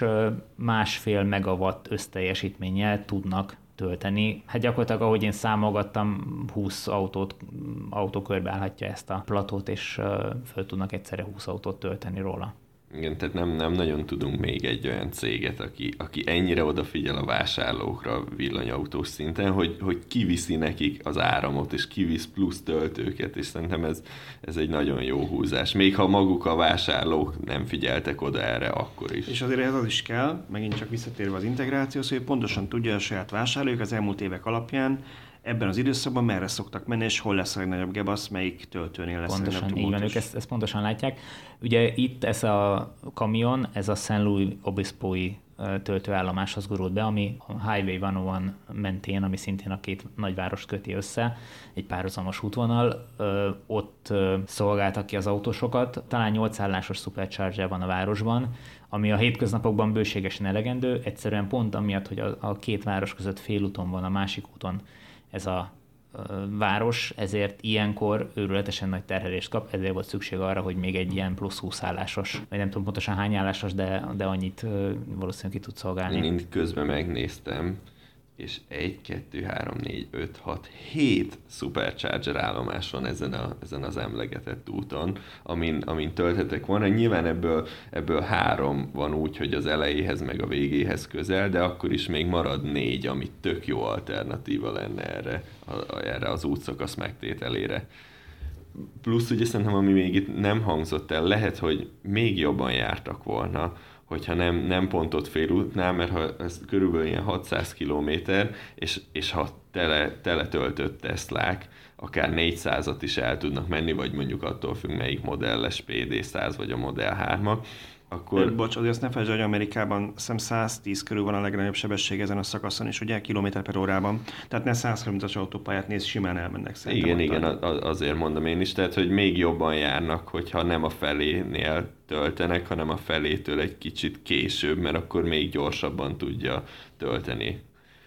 1,5 megawatt összteljesítménnyel tudnak tölteni. Hát gyakorlatilag, ahogy én számolgattam, 20 autó körbeállhatja ezt a platót, és föl tudnak egyszerre 20 autót tölteni róla. Igen, tehát nem nagyon tudunk még egy olyan céget, aki ennyire odafigyel a vásárlókra villanyautós szinten, hogy kiviszi nekik az áramot, és kivisz plusz töltőket, és szerintem ez egy nagyon jó húzás. Még ha maguk a vásárlók nem figyeltek oda erre, akkor is. És azért ez az is kell, megint csak visszatérve az integrációhoz, hogy pontosan tudja a saját vásárlók az elmúlt évek alapján, ebben az időszakban merre szoktak menni, és hol lesz a legnagyobb gebasz, melyik töltőnél lesz pontosan, a legnagyobb így van, ők ezt pontosan látják. Ugye itt ez a kamion, ez a San Luis Obispo-i töltőállomáshoz gurult be, ami a Highway 101 mentén, ami szintén a két nagyvárost köti össze, egy párhuzamos útvonal, ott szolgáltak ki az autósokat. Talán 8 állásos supercharger van a városban, ami a hétköznapokban bőségesen elegendő, egyszerűen pont amiatt, hogy a két város között félúton van, a másik úton ez a város, ezért ilyenkor őrületesen nagy terhelést kap, ezért volt szükség arra, hogy még egy ilyen plusz 20 állásos, vagy nem tudom pontosan hány állásos, de annyit valószínűleg ki tud szolgálni. Én közben megnéztem, és 1, 2, 3, 4, 5, 6, 7 supercharger állomás van ezen az emlegetett úton, amin töltetek van. Nyilván ebből 3 van úgy, hogy az elejéhez meg a végéhez közel, de akkor is még marad 4, ami tök jó alternatíva lenne erre az útszakasz megtételére. Plusz ugye szerintem, ami még itt nem hangzott el, lehet, hogy még jobban jártak volna, hogyha nem pont ott félútnál, mert ha ez körülbelül ilyen 600 kilométer, és ha tele töltött Teslák, akár 400-at is el tudnak menni, vagy mondjuk attól függ, melyik modelles PD100 vagy a Model 3-ak, akkor... Bocs, azért azt ne felejtsd, hogy Amerikában szem 110 körül van a legnagyobb sebesség ezen a szakaszon is, ugye, km/h. Tehát ne 130-as autópályát néz, simán elmennek szerintem. Igen, azért mondom én is, tehát, hogy még jobban járnak, hogyha nem a felénél töltenek, hanem a felétől egy kicsit később, mert akkor még gyorsabban tudja tölteni.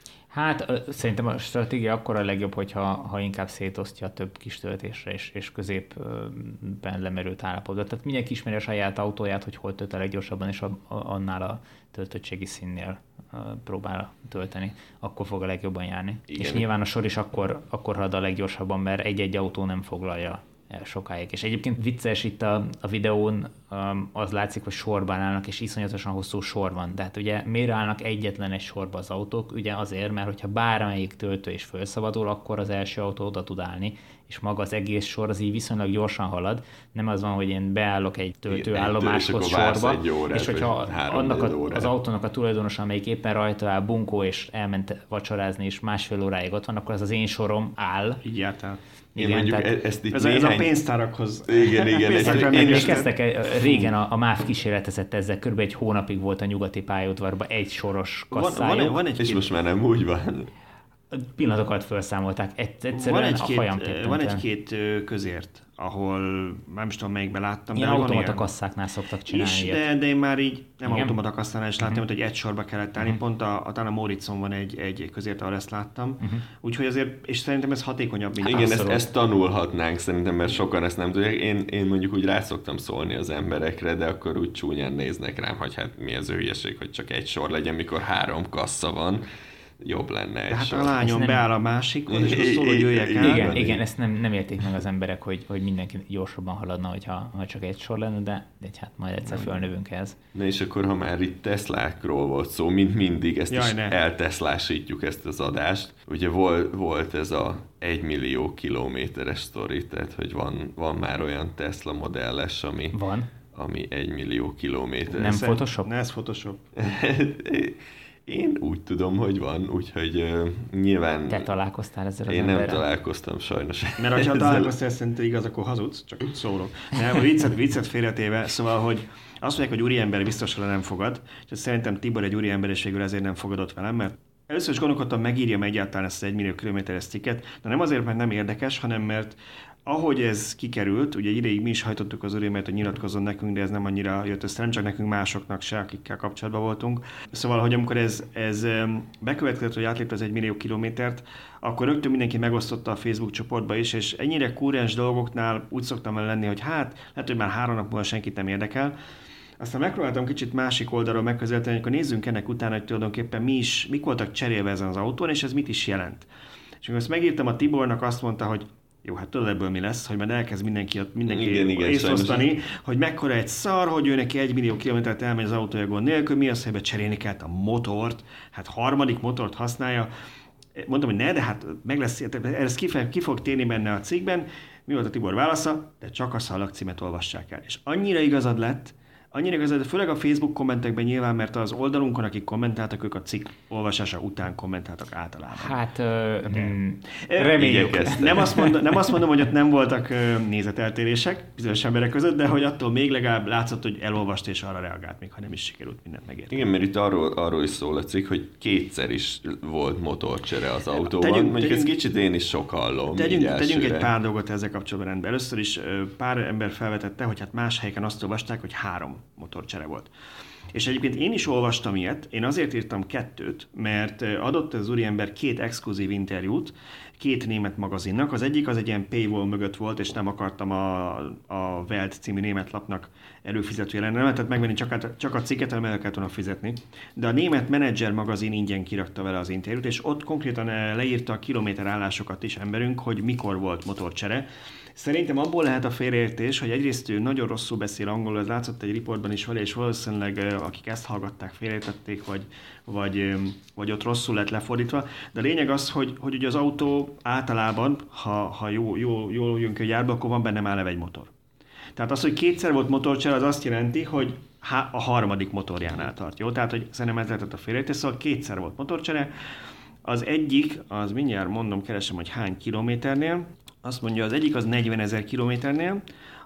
Hát szerintem a stratégia akkor a legjobb, hogyha inkább szétosztja több kis töltésre és középben lemerült állapotban. Tehát mindenki ismeri a saját autóját, hogy hol tölt a leggyorsabban, és annál a töltöttségi színnél próbál tölteni. Akkor fog a legjobban járni. Igen. És nyilván a sor is akkor halad a leggyorsabban, mert egy-egy autó nem foglalja el sokáig. És egyébként vicces itt a videón az látszik, hogy sorban állnak, és iszonyatosan hosszú sor van. Tehát ugye miért állnak egyetlen egy sorba az autók? Ugye azért, mert hogyha bármelyik töltő is felszabadul, akkor az első autó oda tud állni, és maga az egész sor az így viszonylag gyorsan halad. Nem az van, hogy én beállok egy töltőállomáshoz sorba, és hogyha annak az autónak a tulajdonosa, amelyik éppen rajta áll, bunkó, és elment vacsorázni, és másfél óráig ott van, akkor az én sorom áll. Így jártál. Igen, tehát ez a pénztárakhoz. Igen. Emlékeztek, régen a MÁV kísérletezett ezzel, kb. Egy hónapig volt a nyugati pályaudvarban egy soros kasszájuk. És most már nem úgy van. Pillanatokat felszámolták. Egyszerűen a hajam van egy-két közért, ahol nem is tudom melyikben láttam. Ilyen automata kasszáknál szoktak csinálni is, de én már így nem automata kasszánál is láttam, hogy egy sorba kellett állni. Pont talán a Moritzon van egy közért, ahol ezt láttam. Úgyhogy azért, és szerintem ez hatékonyabb, mint igen, ezt tanulhatnánk szerintem, mert sokan ezt nem tudják. Én mondjuk úgy rá szoktam szólni az emberekre, de akkor úgy csúnyán néznek rám, hogy hát mi az ő hülyeség, hogy csak egy sor legyen, mikor 3 kassa van. Jobb lenne egy hát a lányom beáll a másikhoz, és azt szól, hogy jöjjek el. Igen, ezt nem érték meg az emberek, hogy mindenki gyorsabban haladna, ha csak egy sor lenne, de hát majd egyszer fölnövünk ez. Na és akkor, ha már itt Teslákról volt szó, mint mindig, ezt is elteszlásítjuk ezt az adást. Ugye volt ez a 1 millió kilométeres sztori, tehát hogy van már olyan Tesla modelles, ami 1 millió kilométer. Nem Photoshop? Ne, ez Photoshop. Én úgy tudom, hogy van, úgyhogy nyilván... Te találkoztál ezzel az Én emberrel? nem találkoztam sajnos. Mert ha találkoztál, szerintem igaz, akkor hazudsz, csak szólok. Nem, viccet félretéve, szóval, hogy azt mondják, hogy úriember biztos vele nem fogad, és szerintem Tibor egy úriember, és végül ezért nem fogadott velem, mert először is gondolkodtam, megírjam egyáltalán ezt az 1 millió kilométeres cikket, de nem azért, mert nem érdekes, hanem mert ahogy ez kikerült, ugye ideig mi is hajtottuk az úriembert, hogy nyilatkozzon nekünk, de ez nem annyira jött össze, nem csak nekünk, másoknak se, akikkel kapcsolatban voltunk. Szóval, hogy amikor ez bekövetkezett, hogy átlépte az 1 millió kilométert, akkor rögtön mindenki megosztotta a Facebook csoportba is, és ennyire kúrens dolgoknál úgy szoktam lenni, hogy hát, lehet, hogy már 3 nap múlva senkit nem érdekel. Aztán megpróbáltam kicsit másik oldalról megközelíteni, akkor nézzünk ennek utána, hogy tulajdonképpen mik voltak cserélve ezen az autón, és ez mit is jelent. És amikor ezt megírtam a Tibornak, azt mondta, hogy jó, hát tudod ebből mi lesz, hogy majd elkezd mindenki észosztani, hogy mekkora egy szar, hogy ő neki 1 millió kilométert elmegy az autója gond nélkül, mi az, hogy cserélni kellett a motort, hát harmadik motort használja. Mondtam, hogy ne, de hát meg lesz, ez ki fog térni benne a cikkben. Mi volt a Tibor válasza? De csak a szalagcímet olvassák el. És annyira igazad lett, főleg a Facebook kommentekben nyilván, mert az oldalunkon, akik kommentáltak, ők a cikk olvasása után kommentáltak általában. Hát reméljük. Nem azt mondom, hogy ott nem voltak nézeteltérések bizonyos emberek között, de hogy attól még legalább látszott, hogy elolvast és arra reagált, még ha nem is sikerült mindent megérteni. Igen, mert itt arról is szól a cikk, hogy 2-szer is volt motorcsere az autóban. Mondjuk ez kicsit én is sok hallom. Tegyünk egy pár dolgot ezzel kapcsolatban rendbe. Először is pár ember felvetette, hogy hát más helyeken azt olvasták, hogy 3 motorcsere volt. És egyébként én is olvastam ilyet, én azért írtam 2, mert adott az úriember 2 exkluzív interjút 2 német magazinnak. Az egyik az egy ilyen paywall mögött volt, és nem akartam a Welt című német lapnak előfizető jelenemet, tehát megvenni csak a cikket, el kellett volna fizetni. De a német Manager magazin ingyen kirakta vele az interjút, és ott konkrétan leírta a kilométerállásokat is emberünk, hogy mikor volt motorcsere. Szerintem abból lehet a félreértés, hogy egyrészt ő nagyon rosszul beszél angolul, ez látszott egy riportban is vele, és valószínűleg akik ezt hallgatták, félreértették, vagy ott rosszul lett lefordítva. De a lényeg az, hogy ugye az autó általában, ha jól jön ki a gyárba, akkor van benne már eleve egy motor. Tehát az, hogy 2-szer volt motorcsere, az azt jelenti, hogy a harmadik motorjánál tart. Jó? Tehát, hogy szerintem ez lehetett a félreértés, szóval 2-szer volt motorcsere. Az egyik, az mindjárt mondom, keresem, hogy hány kilométernél. Azt mondja, az egyik az 40 000 kilométernél,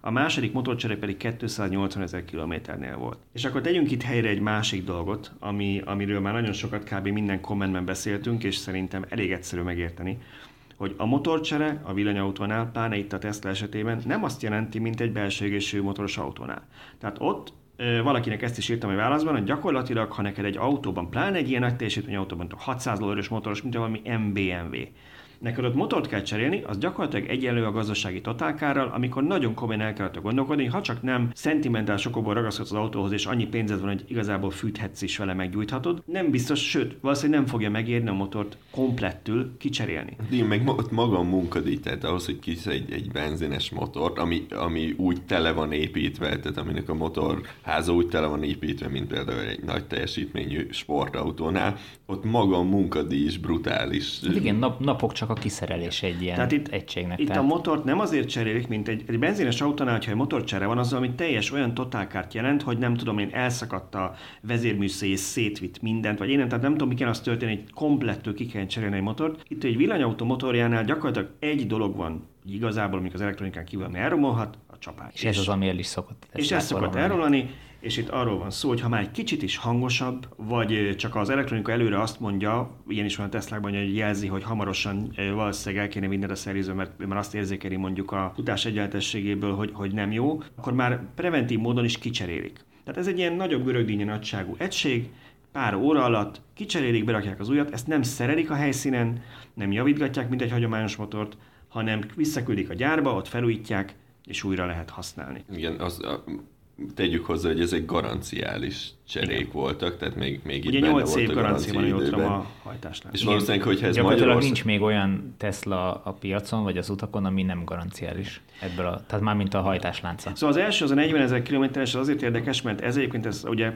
a második motorcsere pedig 280 000 kilométernél volt. És akkor tegyünk itt helyre egy másik dolgot, amiről már nagyon sokat kb. Minden kommentben beszéltünk, és szerintem elég egyszerű megérteni, hogy a motorcsere a villanyautónál, pláne itt a Tesla esetében nem azt jelenti, mint egy belső égésű motoros autónál. Tehát ott valakinek ezt is írtam a válaszban, hogy gyakorlatilag, ha neked egy autóban, pláne egy ilyen nagy teljesítményű autóban, 600 lóerős motoros, mint valami MBMW, neked ott motort kell cserélni, az gyakorlatilag egyenlő a gazdasági totálkárral, amikor nagyon komolyan el kellett gondolkodni, ha csak nem szentimentális okokból ragaszkodsz az autóhoz, és annyi pénzed van, hogy igazából fűthetsz is vele, meggyújthatod, nem biztos, sőt, valószínűleg nem fogja megérni a motort komplettül kicserélni. Én meg ott maga a munkadíj, tehát ahhoz, hogy kisz egy benzines motort, ami úgy tele van építve, tehát aminek a motorháza úgy tele van építve, mint például egy nagy teljesítményű sportautónál, ott maga a munkadíj is brutális. Hát igen, napok csak a kiszerelés egy ilyen egységnek. Itt a motort nem azért cserélik, mint egy benzines autónál, hogyha egy motorcsere van, az, ami teljes olyan totálkárt jelent, hogy nem tudom én, elszakadt a vezérműszéj és szétvitt mindent, vagy én nem tudom, mi kell az történni, hogy komplettől ki kell cserélni egy motort. Itt egy villanyautó motorjánál gyakorlatilag egy dolog van igazából, amik az elektronikán kívül, ami elromolhat, a csapás. És ez az, ami el is szokott. És ez szokott elromlani, és itt arról van szó, hogy ha már egy kicsit is hangosabb, vagy csak az elektronika előre azt mondja, ilyen is van a Teslákban, hogy jelzi, hogy hamarosan valószínűleg el kéne vinned a szervizbe, mert már azt érzékeli mondjuk a futás egyenletességéből, hogy nem jó, akkor már preventív módon is kicserélik. Tehát ez egy ilyen nagyobb görögdínnyi nagyságú egység, pár óra alatt kicserélik, berakják az újat, ezt nem szerelik a helyszínen, nem javítgatják, mint egy hagyományos motort, hanem visszaküldik a gyárba, ott felújítják, és újra lehet használni. Igen, tegyük hozzá, hogy ezek garanciális cserék igen. voltak, tehát még ugye itt benne volt a garancia garancia van, hogy a hajtásnál. És valószínűleg, hogyha ez Magyarország... nincs még olyan Tesla a piacon, vagy az utakon, ami nem garanciális. Tehát már mint a hajtáslánca. Szóval az első, az a 40 000 kilométeres, az azért érdekes, mert ez egyébként ugye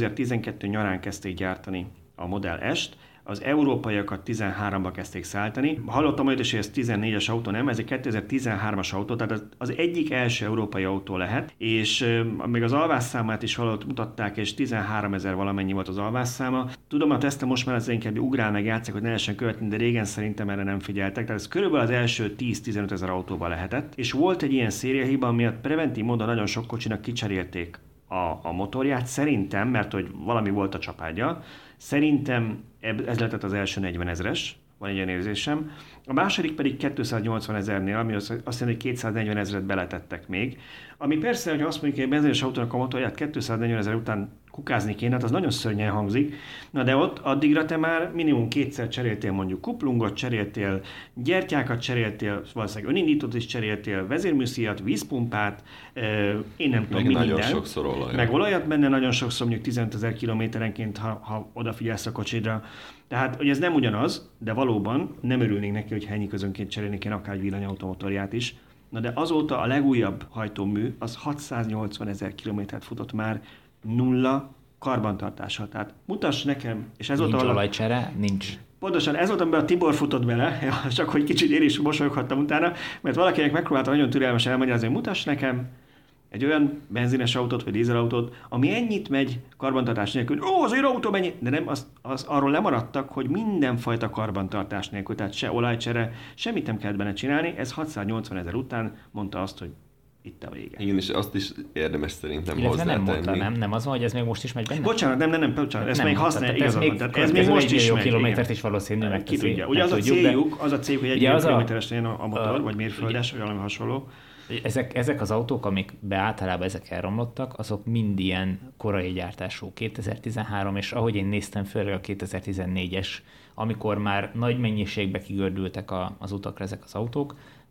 2012 nyarán kezdték gyártani a Model S-t, az európaiakat 13-ba kezdték szállítani. Hallottam olyat is, hogy ez 14-es autó, nem, ez egy 2013-as autó, tehát az egyik első európai autó lehet, és még az alvásszámát is valahogy mutatták, és 13 000 valamennyi volt az alvásszáma. Tudom, a Tesla most már az inkább ugrál meg játszik, hogy ne lehessen követni, de régen szerintem erre nem figyeltek. Tehát ez körülbelül az első 10-15 000 autóba lehetett, és volt egy ilyen szériahiba, miatt preventív módon nagyon sok kocsinak kicserélték a motorját, szerintem, mert hogy valami volt a csapágya, szerintem ez lehetett az első 40 000-es, van egy ilyen érzésem. A második pedig 280 000-nél, ami azt jelenti, hogy 240 000-et beletettek még. Ami persze, hogy azt mondjuk, hogy egy benzines autónak a motorját 240 000 után kukázni kéne, hát az nagyon szörnyen hangzik. Na de ott addigra te már minimum kétszer cseréltél mondjuk kuplungot, cseréltél gyertyákat, cseréltél, valószínűleg önindítót is cseréltél, vezérműszíjat, vízpumpát, én nem tudom, nagyon sokszor olajat. Meg olajat benne nagyon sokszor, mondjuk 15 000 kilométerenként, ha odafigyelsz a kocsidra. Tehát, hogy ez nem ugyanaz, de valóban nem örülnénk neki, hogy ennyi közönként cserélni kéne akár egy villanyautó motorját is. Na de azóta a legújabb hajtómű az 680 000 kilométert futott már nulla karbantartással. Tehát mutass nekem, és ez nincs volt olajcsere, nincs. Pontosan ez volt, amiben a Tibor futott bele, csak hogy kicsit én is mosolyoghattam utána, mert valakinek megpróbálta nagyon türelmesen elmagyarázni, hogy mutass nekem egy olyan benzines autót vagy dízelautót, ami ennyit megy karbantartás nélkül. Az én autó mennyi? De nem, arról lemaradtak, hogy mindenfajta karbantartás nélkül, tehát se olajcsere, semmit nem kellett benne csinálni. Ez 680 000 után mondta azt, hogy itt a vége. Igen, és azt is érdemes szerintem illetve hozzátenni. nem mondta, nem az van, hogy ez még most is megy benne? Bocsánat, bocsánat, ezt még használja, igazad van. Ez még most is megy. Kilométert is valószínűleg megteszi. Ki tudja. Ugye az a céljuk, hogy egy kilométeres legyen a motor, vagy mérföldes, vagy valami hasonló. Ezek az autók, amik általában ezek elromlottak, azok mind ilyen korai gyártású 2013, és ahogy én néztem, főleg a 2014-es, amikor már nagy mennyiségbe kigördültek az utakra ezek az autók,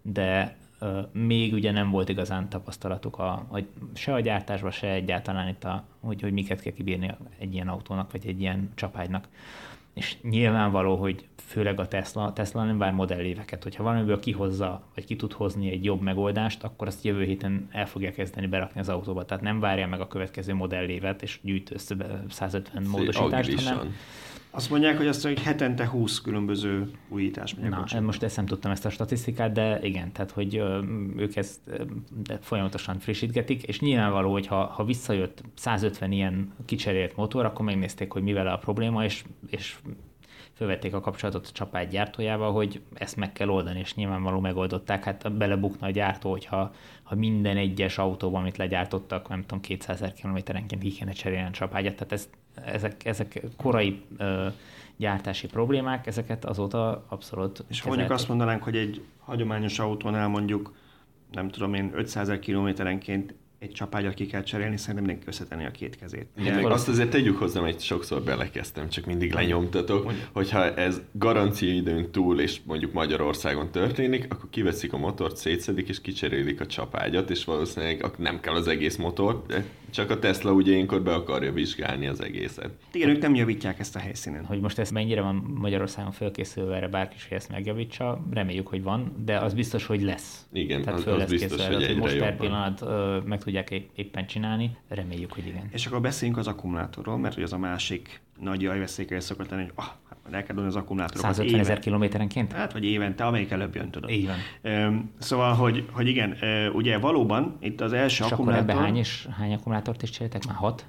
de még ugye nem volt igazán tapasztalatuk se a gyártásban, se egyáltalán itt, hogy miket kell kibírni egy ilyen autónak, vagy egy ilyen csapágynak. És nyilvánvaló, hogy főleg a Tesla nem vár modelléveket. Hogyha valamiből kihozza, vagy ki tud hozni egy jobb megoldást, akkor azt jövő héten el fogja kezdeni berakni az autóba. Tehát nem várja meg a következő modellévet, és gyűjt össze 150 módosítást, hanem... Azt mondják, hogy azt hetente 20 különböző újítás megy a kocsiban. Most ezt nem tudtam, ezt a statisztikát, de igen, tehát hogy ők ezt folyamatosan frissítgetik, és nyilvánvaló, hogy ha visszajött 150 ilyen kicserélt motor, akkor megnézték, hogy mivel a probléma, és fölvették a kapcsolatot a csapágy gyártójával, hogy ezt meg kell oldani, és nyilvánvalóan megoldották. Hát belebukna a gyártó, hogyha minden egyes autóban, amit legyártottak, nem tudom, 200 000 kilométerenként ki kéne cserélni a csapágyat. Tehát ezek korai gyártási problémák, ezeket azóta abszolút és mondjuk azt mondanánk, hogy egy hagyományos autónál mondjuk, nem tudom én, 500 000 kilométerenként egy csapágyat ki kell cserélni, szerintem mindenki összetenni a két kezét. Igen, azt azért tegyük hozzá, hogy sokszor belekezdtem, csak mindig lenyomtatok, hogyha ez garanciaidőn túl, és mondjuk Magyarországon történik, akkor kiveszik a motort, szétszedik, és kicserélik a csapágyat, és valószínűleg nem kell az egész motor, de csak a Tesla ugye ilyenkor be akarja vizsgálni az egészet. Igen, ők nem javítják ezt a helyszínen. Hogy most ez mennyire van Magyarországon fölkészülve erre bárki is, hogy ezt megjavítsa, reméljük, hogy van, de az biztos, hogy lesz. Igen, tehát az biztos, hogy egyre most jobban. per pillanat meg tudják éppen csinálni, reméljük, hogy igen. És akkor beszéljünk az akkumulátorról, mert hogy az a másik nagy jajveszélykel szokott lenni, hogy el kell adni az akkumulátorokat 150 000 kilométerenként? Hát, vagy évente, amelyik előbb jön, tudod. Így van. Szóval, hogy igen, ugye valóban itt az első és akkumulátor... És akkor ebbe hány akkumulátort is cseréltek? Már 6?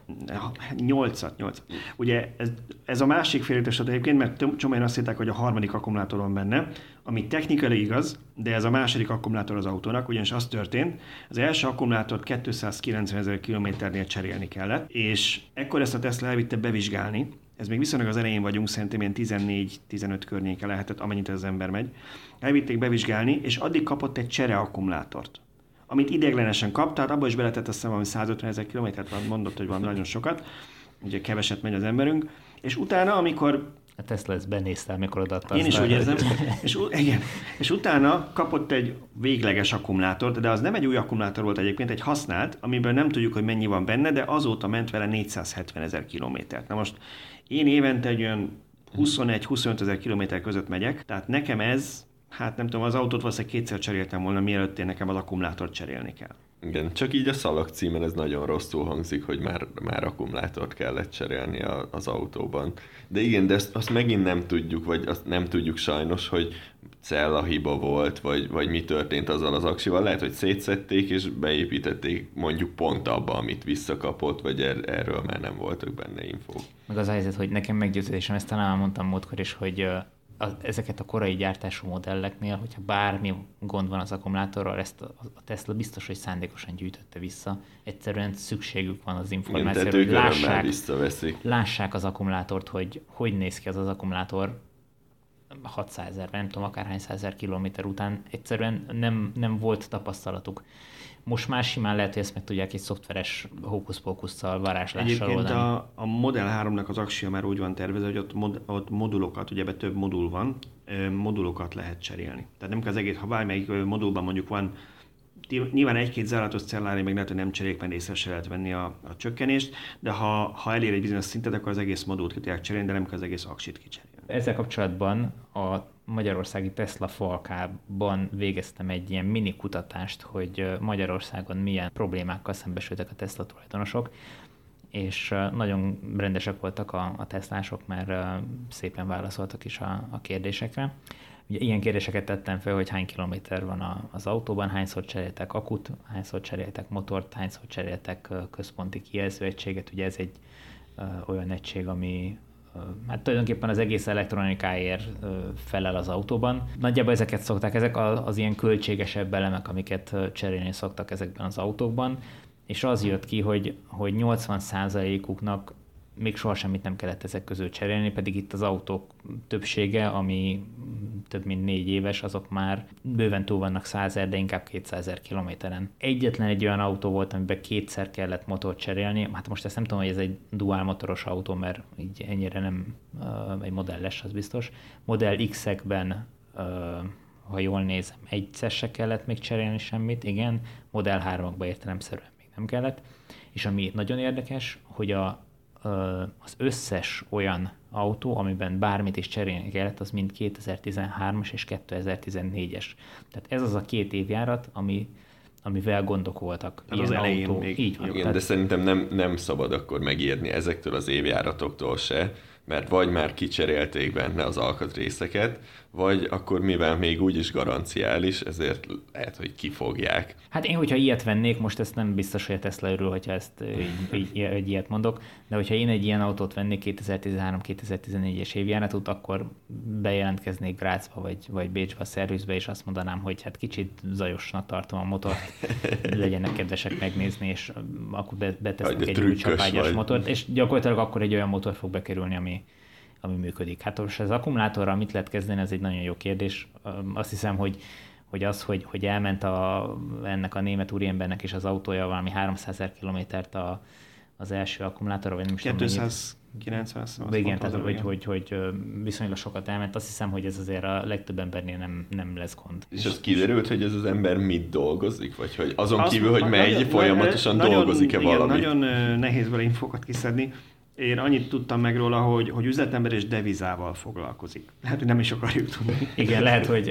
8. Ugye ez a másik félítősod egyébként, mert csomóan azt hitták, hogy a harmadik akkumulátor van benne, ami technikailag igaz, de ez a második akkumulátor az autónak, ugyanis az történt, az első akkumulátort 290 000 kilométernél cserélni kellett, és ekkor ezt a Tesla elvitte bevizsgálni. Ez még viszonylag az elején vagyunk, szerintem ilyen 14-15 környéke lehetett, amennyit az ember megy. Elvitték bevizsgálni, és addig kapott egy csereakkumulátort, amit ideiglenesen kap, tehát abba is beletett, azt hiszem, hogy 150 000 kilométert mondott, hogy van nagyon sokat, ugye keveset megy az emberünk, és utána, amikor... A Tesla ezt benézte, amikor odaadta. Én is úgy érzem, és utána kapott egy végleges akkumulátort, de az nem egy új akkumulátor volt egyébként, egy használt, amiben nem tudjuk, hogy mennyi van benne, de azóta ment vele 470 000 kilométert. Na most én évente egy olyan 21-25 000 kilométer között megyek, tehát nekem ez, hát nem tudom, az autót valószínűleg kétszer cseréltem volna, mielőtt én nekem az akkumulátort cserélni kell. Igen, csak így a szalagcímen ez nagyon rosszul hangzik, hogy már akkumulátort kellett cserélni az autóban. De igen, de azt megint nem tudjuk, vagy azt nem tudjuk sajnos, hogy cellahiba volt, vagy mi történt azzal az aksival. Lehet, hogy szétszedték és beépítették mondjuk pont abba, amit visszakapott, vagy erről már nem voltak benne infók. Meg az a helyzet, hogy nekem meggyőződésem, ezt talán mondtam múltkor is, hogy ezeket a korai gyártású modelleknél, hogyha bármi gond van az akkumulátorral, ezt a Tesla biztos, hogy szándékosan gyűjtötte vissza. Egyszerűen szükségük van az információra, hogy lássák az akkumulátort, hogy néz ki az akkumulátor 600 000, nem tudom, akárhány 100 000 kilométer után. Egyszerűen nem volt tapasztalatuk. Most már simán lehet, hogy ezt meg tudják egy szoftveres hókusz-pókusszal, varázslással oldani. Egyébként a Model 3-nak az aksia már úgy van tervezve, hogy ott modulokat, ugye ebben több modul van, modulokat lehet cserélni. Tehát nem kell az egész, ha bármelyik modulban mondjuk van, nyilván egy-két záratos cellára még lehet, hogy nem cserélik, mert észre se lehet venni a csökkenést, de ha elér egy bizonyos szintet, akkor az egész modult ki tudják cserélni, de nem kell az egész aksit kicserélni. Ezzel kapcsolatban a magyarországi Tesla falkában végeztem egy ilyen mini kutatást, hogy Magyarországon milyen problémákkal szembesültek a Tesla tulajdonosok, és nagyon rendesek voltak a Teslások, mert szépen válaszoltak is a kérdésekre. Ugye ilyen kérdéseket tettem fel, hogy hány kilométer van az autóban, hányszor cseréltek akut, hányszor cseréltek motort, hányszor cseréltek központi kijelzőegységet. Ugye ez egy olyan egység, ami hát tulajdonképpen az egész elektronikáért felel az autóban. Nagyjából ezeket szokták, ezek az ilyen költségesebb elemek, amiket cserélni szoktak ezekben az autókban, és az jött ki, hogy 80%-uknak még soha semmit nem kellett ezek közül cserélni, pedig itt az autók többsége, ami több mint 4 éves, azok már bőven túl vannak 100 000, de inkább 200 000 kilométeren. Egyetlen egy olyan autó volt, amiben 2-szer kellett motort cserélni. Hát most ezt nem tudom, hogy ez egy duál motoros autó, mert így ennyire nem egy modelles, az biztos. Model X-ekben, ha jól nézem, egyszer se kellett még cserélni semmit, igen. Model 3-akban értelemszerűen még nem kellett. És ami nagyon érdekes, hogy az összes olyan autó, amiben bármit is cserélni kellett, az mind 2013-as és 2014-es. Tehát ez az a 2 évjárat, amivel gondok voltak. Tehát az elején még. Így van. Igen, de szerintem nem szabad akkor megijedni ezektől az évjáratoktól se, mert vagy már kicserélték benne az alkatrészeket, vagy akkor mivel még úgyis garanciális, ezért lehet, hogy kifogják. Hát én, hogyha ilyet vennék, most ezt nem biztos, hogy a Tesla örül, hogyha ezt egy ilyet mondok, de hogyha én egy ilyen autót vennék 2013-2014-es évjáratút, akkor bejelentkeznék Grazba vagy Bécsbe a szervizbe, és azt mondanám, hogy hát kicsit zajosnak tartom a motort, legyenek kedvesek megnézni, és akkor betesznek egy új csapágyas motort, és gyakorlatilag akkor egy olyan motor fog bekerülni, ami működik. Hát most az akkumulátorral mit lehet kezdeni, ez egy nagyon jó kérdés. Azt hiszem, hogy elment ennek a német úriembernek is az autója valami 300 000 kilométert az első akkumulátorra, vagy nem is 290. Igen, tehát hogy viszonylag sokat elment. Azt hiszem, hogy ez azért a legtöbb embernél nem lesz gond. És az kiderült, hogy ez az ember mit dolgozik? Vagy hogy azon kívül, hogy megy, folyamatosan dolgozik-e valamit? Nagyon nehéz vele infokat kiszedni. Én annyit tudtam meg róla, hogy üzletember és devizával foglalkozik. Lehet, hogy nem is akarjuk tudni. Igen, lehet, hogy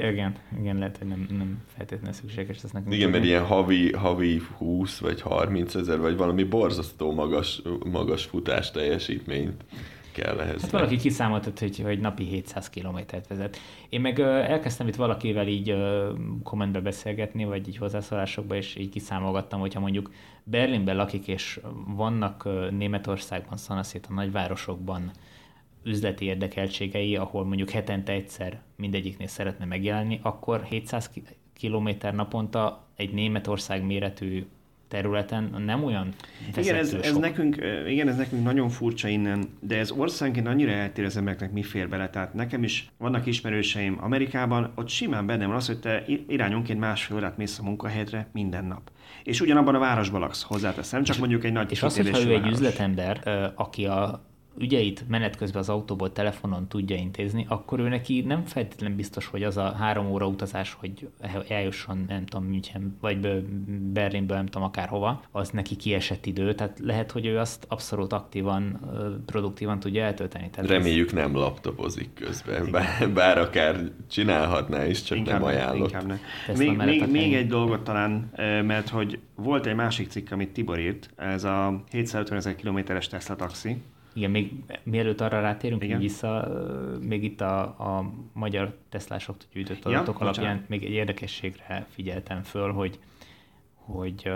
nem feltétlenül szükséges ez nekünk. Igen, mert ilyen havi 20 vagy 30 ezer, vagy valami borzasztó magas futás teljesítményt kell ehhez. Hát valaki kiszámoltat, hogy napi 700 kilométert vezet. Én meg elkezdtem itt valakivel így kommentbe beszélgetni, vagy így hozzászólásokba, és így kiszámolgattam, hogyha mondjuk Berlinben lakik, és vannak Németországban, szanaszét a nagyvárosokban üzleti érdekeltségei, ahol mondjuk hetente egyszer mindegyiknél szeretne megjelenni, akkor 700 kilométer naponta egy Németország méretű területen nem olyan vezető ez nekünk nagyon furcsa innen, de ez országként annyira eltér az embereknek mi fér bele. Tehát nekem is vannak ismerőseim Amerikában, ott simán benne van az, hogy te irányonként másfél órát mész a munkahelyedre minden nap. És ugyanabban a városban laksz, hozzáteszem, csak mondjuk egy nagy és az, hogyha ő egy üzletember, aki a ügyeit menet közben az autóból telefonon tudja intézni, akkor ő neki nem feltétlenül biztos, hogy az a 3 óra utazás, hogy eljusson, nem tudom, München, vagy Berlinből, nem tudom, akárhova, az neki kiesett idő, tehát lehet, hogy ő azt abszolút aktívan, produktívan tudja eltölteni. Tehát reméljük nem laptopozik közben, bár akár csinálhatná is, csak inkább nem ajánlott. Még egy dolgot talán, mert hogy volt egy másik cikk, amit Tibor írt, ez a 750 000 kilométeres Tesla taxi. Igen, még mielőtt arra rátérünk, hogy vissza, még itt a magyar Teslásoktól gyűjtött adatok alapján még egy érdekességre figyeltem föl, hogy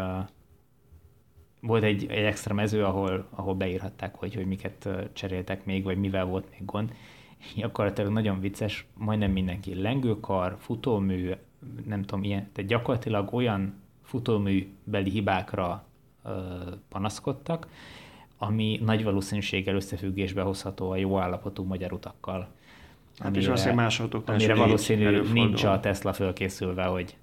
volt egy extra mező, ahol beírhatták, hogy miket cseréltek még, vagy mivel volt még gond. Gyakorlatilag nagyon vicces, majdnem mindenki lengőkar, futómű, nem tudom, ilyen, tehát gyakorlatilag olyan futóműbeli hibákra panaszkodtak, ami nagy valószínűséggel összefüggésbe hozható a jó állapotú magyar utakkal. Hát és azt, hogy más autóknál amire valószínű nincs a Tesla fölkészülve, hogy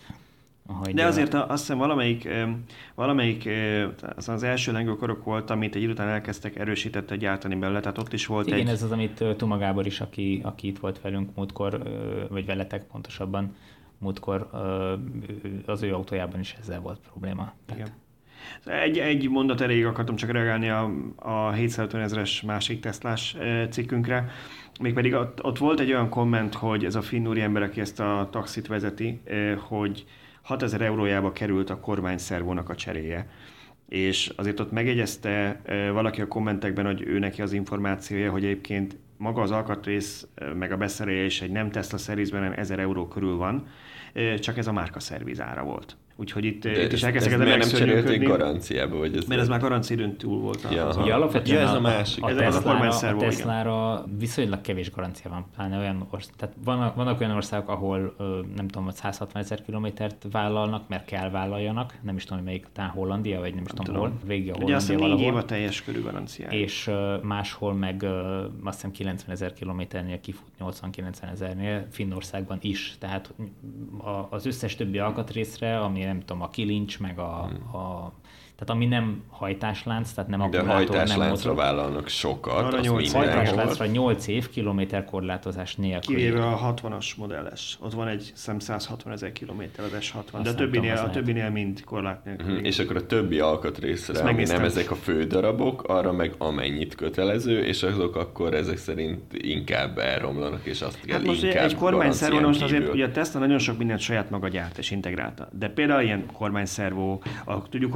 de azért azt hiszem valamelyik az első lengőkorok volt, amit egy idő után elkezdtek erősítette gyártani belőle, tehát ott is volt igen, ez az, amit Tuma Gábor is, aki itt volt velünk múltkor, vagy veletek pontosabban múltkor, az ő autójában is ezzel volt probléma. Igen. Egy mondat erejéig akartam csak reagálni a 750 000-es másik Teslás cikkünkre. Mégpedig ott volt egy olyan komment, hogy ez a finn úriember, aki ezt a taxit vezeti, hogy 6000 eurójába került a kormányszervónak a cseréje. És azért ott megjegyezte valaki a kommentekben, hogy ő neki az információja, hogy egyébként maga az alkatrész, meg a beszerelés egy nem Tesla szervizben 1000 euró körül van, csak ez a márka szervizára volt. Úgyhogy itt is elkezdtek ezzel megszörnyűködni. Garanciába, vagy ez mert ez már garanciaidőn túl volt. Ugye alapvetően ez a másik. A Teslára viszonylag kevés garancia van. Pláne olyan tehát vannak olyan országok, ahol nem tudom, 160 000 kilométert vállalnak, mert kell vállaljanak. Nem is tudom, hogy melyik, talán Hollandia, vagy nem is tudom hol. Végig a Hollandia valahol. Ugye azt 4 év a teljes körű garancia. És máshol meg azt hiszem 90 000 kilométernél kifut 80-90 000-nél, Finnországban is. Tehát az összes többi alkatrészre, ami nem tudom, a kilincs, meg tehát ami nem hajtáslánc, tehát nem akkumulátor, nem motor. De hajtásláncra vállalnak sokat, az hajtásláncra 8 év kilométer korlátozás nélkül. Kivéve a 60-as modelles. Ott van egy 160 000 kilométer az S60, de a többinél mind korlát nélkül. És akkor a többi alkatrészre, ami nem ezek a fő darabok, arra meg amennyit kötelező, és azok akkor ezek szerint inkább elromlanak, és azt kell most inkább egy kormányszervó, most azért ugye a Tesla nagyon sok mindent saját maga gyárt és integrálta. De például ilyen kormányszervó, tudjuk, hogy a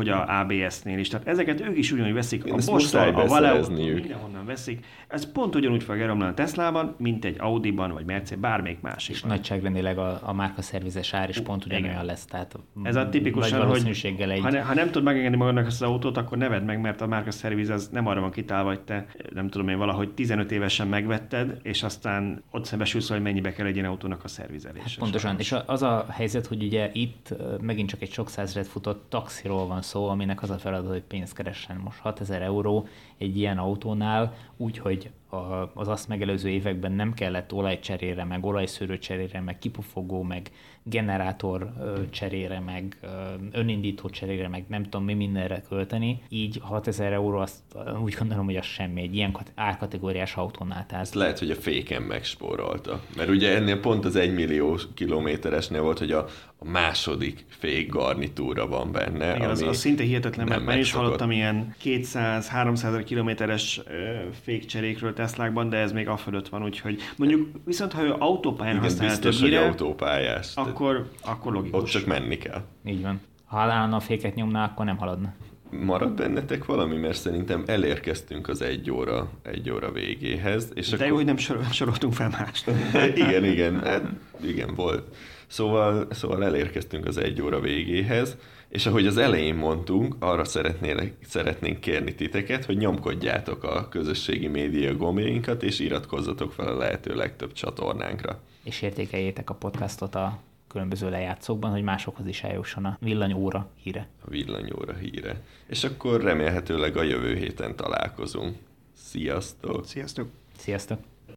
ABS-nél is. Tehát ezeket ők is ugyanúgy veszik, Én a ezt Bosch-tól, muszáj a Valeo, beszerezniük. mindenhonnan veszik. Ez pont ugyanúgy fog elromlani a Teslában, mint egy Audiban, vagy Mercedes, bármelyik És másikban. nagyságrendileg a márkaszervizes ár is pont ugyanolyan lesz. Tehát Ez a tipikusan, nagy hogy valószínűséggel egy... ha nem tudod megengedni magadnak ezt az autót, akkor ne vedd meg, mert a márkaszerviz az nem arra van kitálva, hogy te, nem tudom én, valahogy 15 évesen megvetted, és aztán ott szembesülsz, hogy mennyibe kell egy ilyen autónak a szervizelése. Hát pontosan, és az a helyzet, hogy ugye itt megint csak egy sok százezret futott taxiról van szó, aminek az a feladat, hogy pénzt keressen. Most 6000 euró egy ilyen autónál, úgyhogy az azt megelőző években nem kellett olajcserére, meg olajszűrő cserére, meg kipufogó, meg generátor cserére, meg önindító cserére, meg nem tudom mi mindenre költeni. Így 6000 euró, azt úgy gondolom, hogy az semmi, egy ilyen árkategóriás autónál. Tehát... Lehet, hogy a féken megspórolta. Mert ugye ennél pont az 1 millió kilométeresnél volt, hogy a második fék garnitúra van benne. Igen, az szinte hihetetlen, mert már is megszokott. hallottam ilyen 200-300 kilométeres fékcserékről Teslákban, de ez még afölött van, úgyhogy mondjuk viszont ha ő autópályán Igen, használja biztos, hogy többnyire, autópályás. akkor logikus. Ott csak menni kell. Így van. Ha állandóan a féket nyomná, akkor nem haladna. Marad bennetek valami, mert szerintem elérkeztünk az egy óra végéhez. És De akkor... jó, hogy nem soroltunk fel mást. igen, volt. Szóval elérkeztünk az 1 óra végéhez, és ahogy az elején mondtunk, arra szeretnénk kérni titeket, hogy nyomkodjátok a közösségi média gombjainkat, és iratkozzatok fel a lehető legtöbb csatornánkra. És értékeljétek a podcastot a különböző lejátszókban, hogy másokhoz is eljusson a villanyóra híre. A villanyóra híre. És akkor remélhetőleg a jövő héten találkozunk. Sziasztok! Sziasztok! Sziasztok!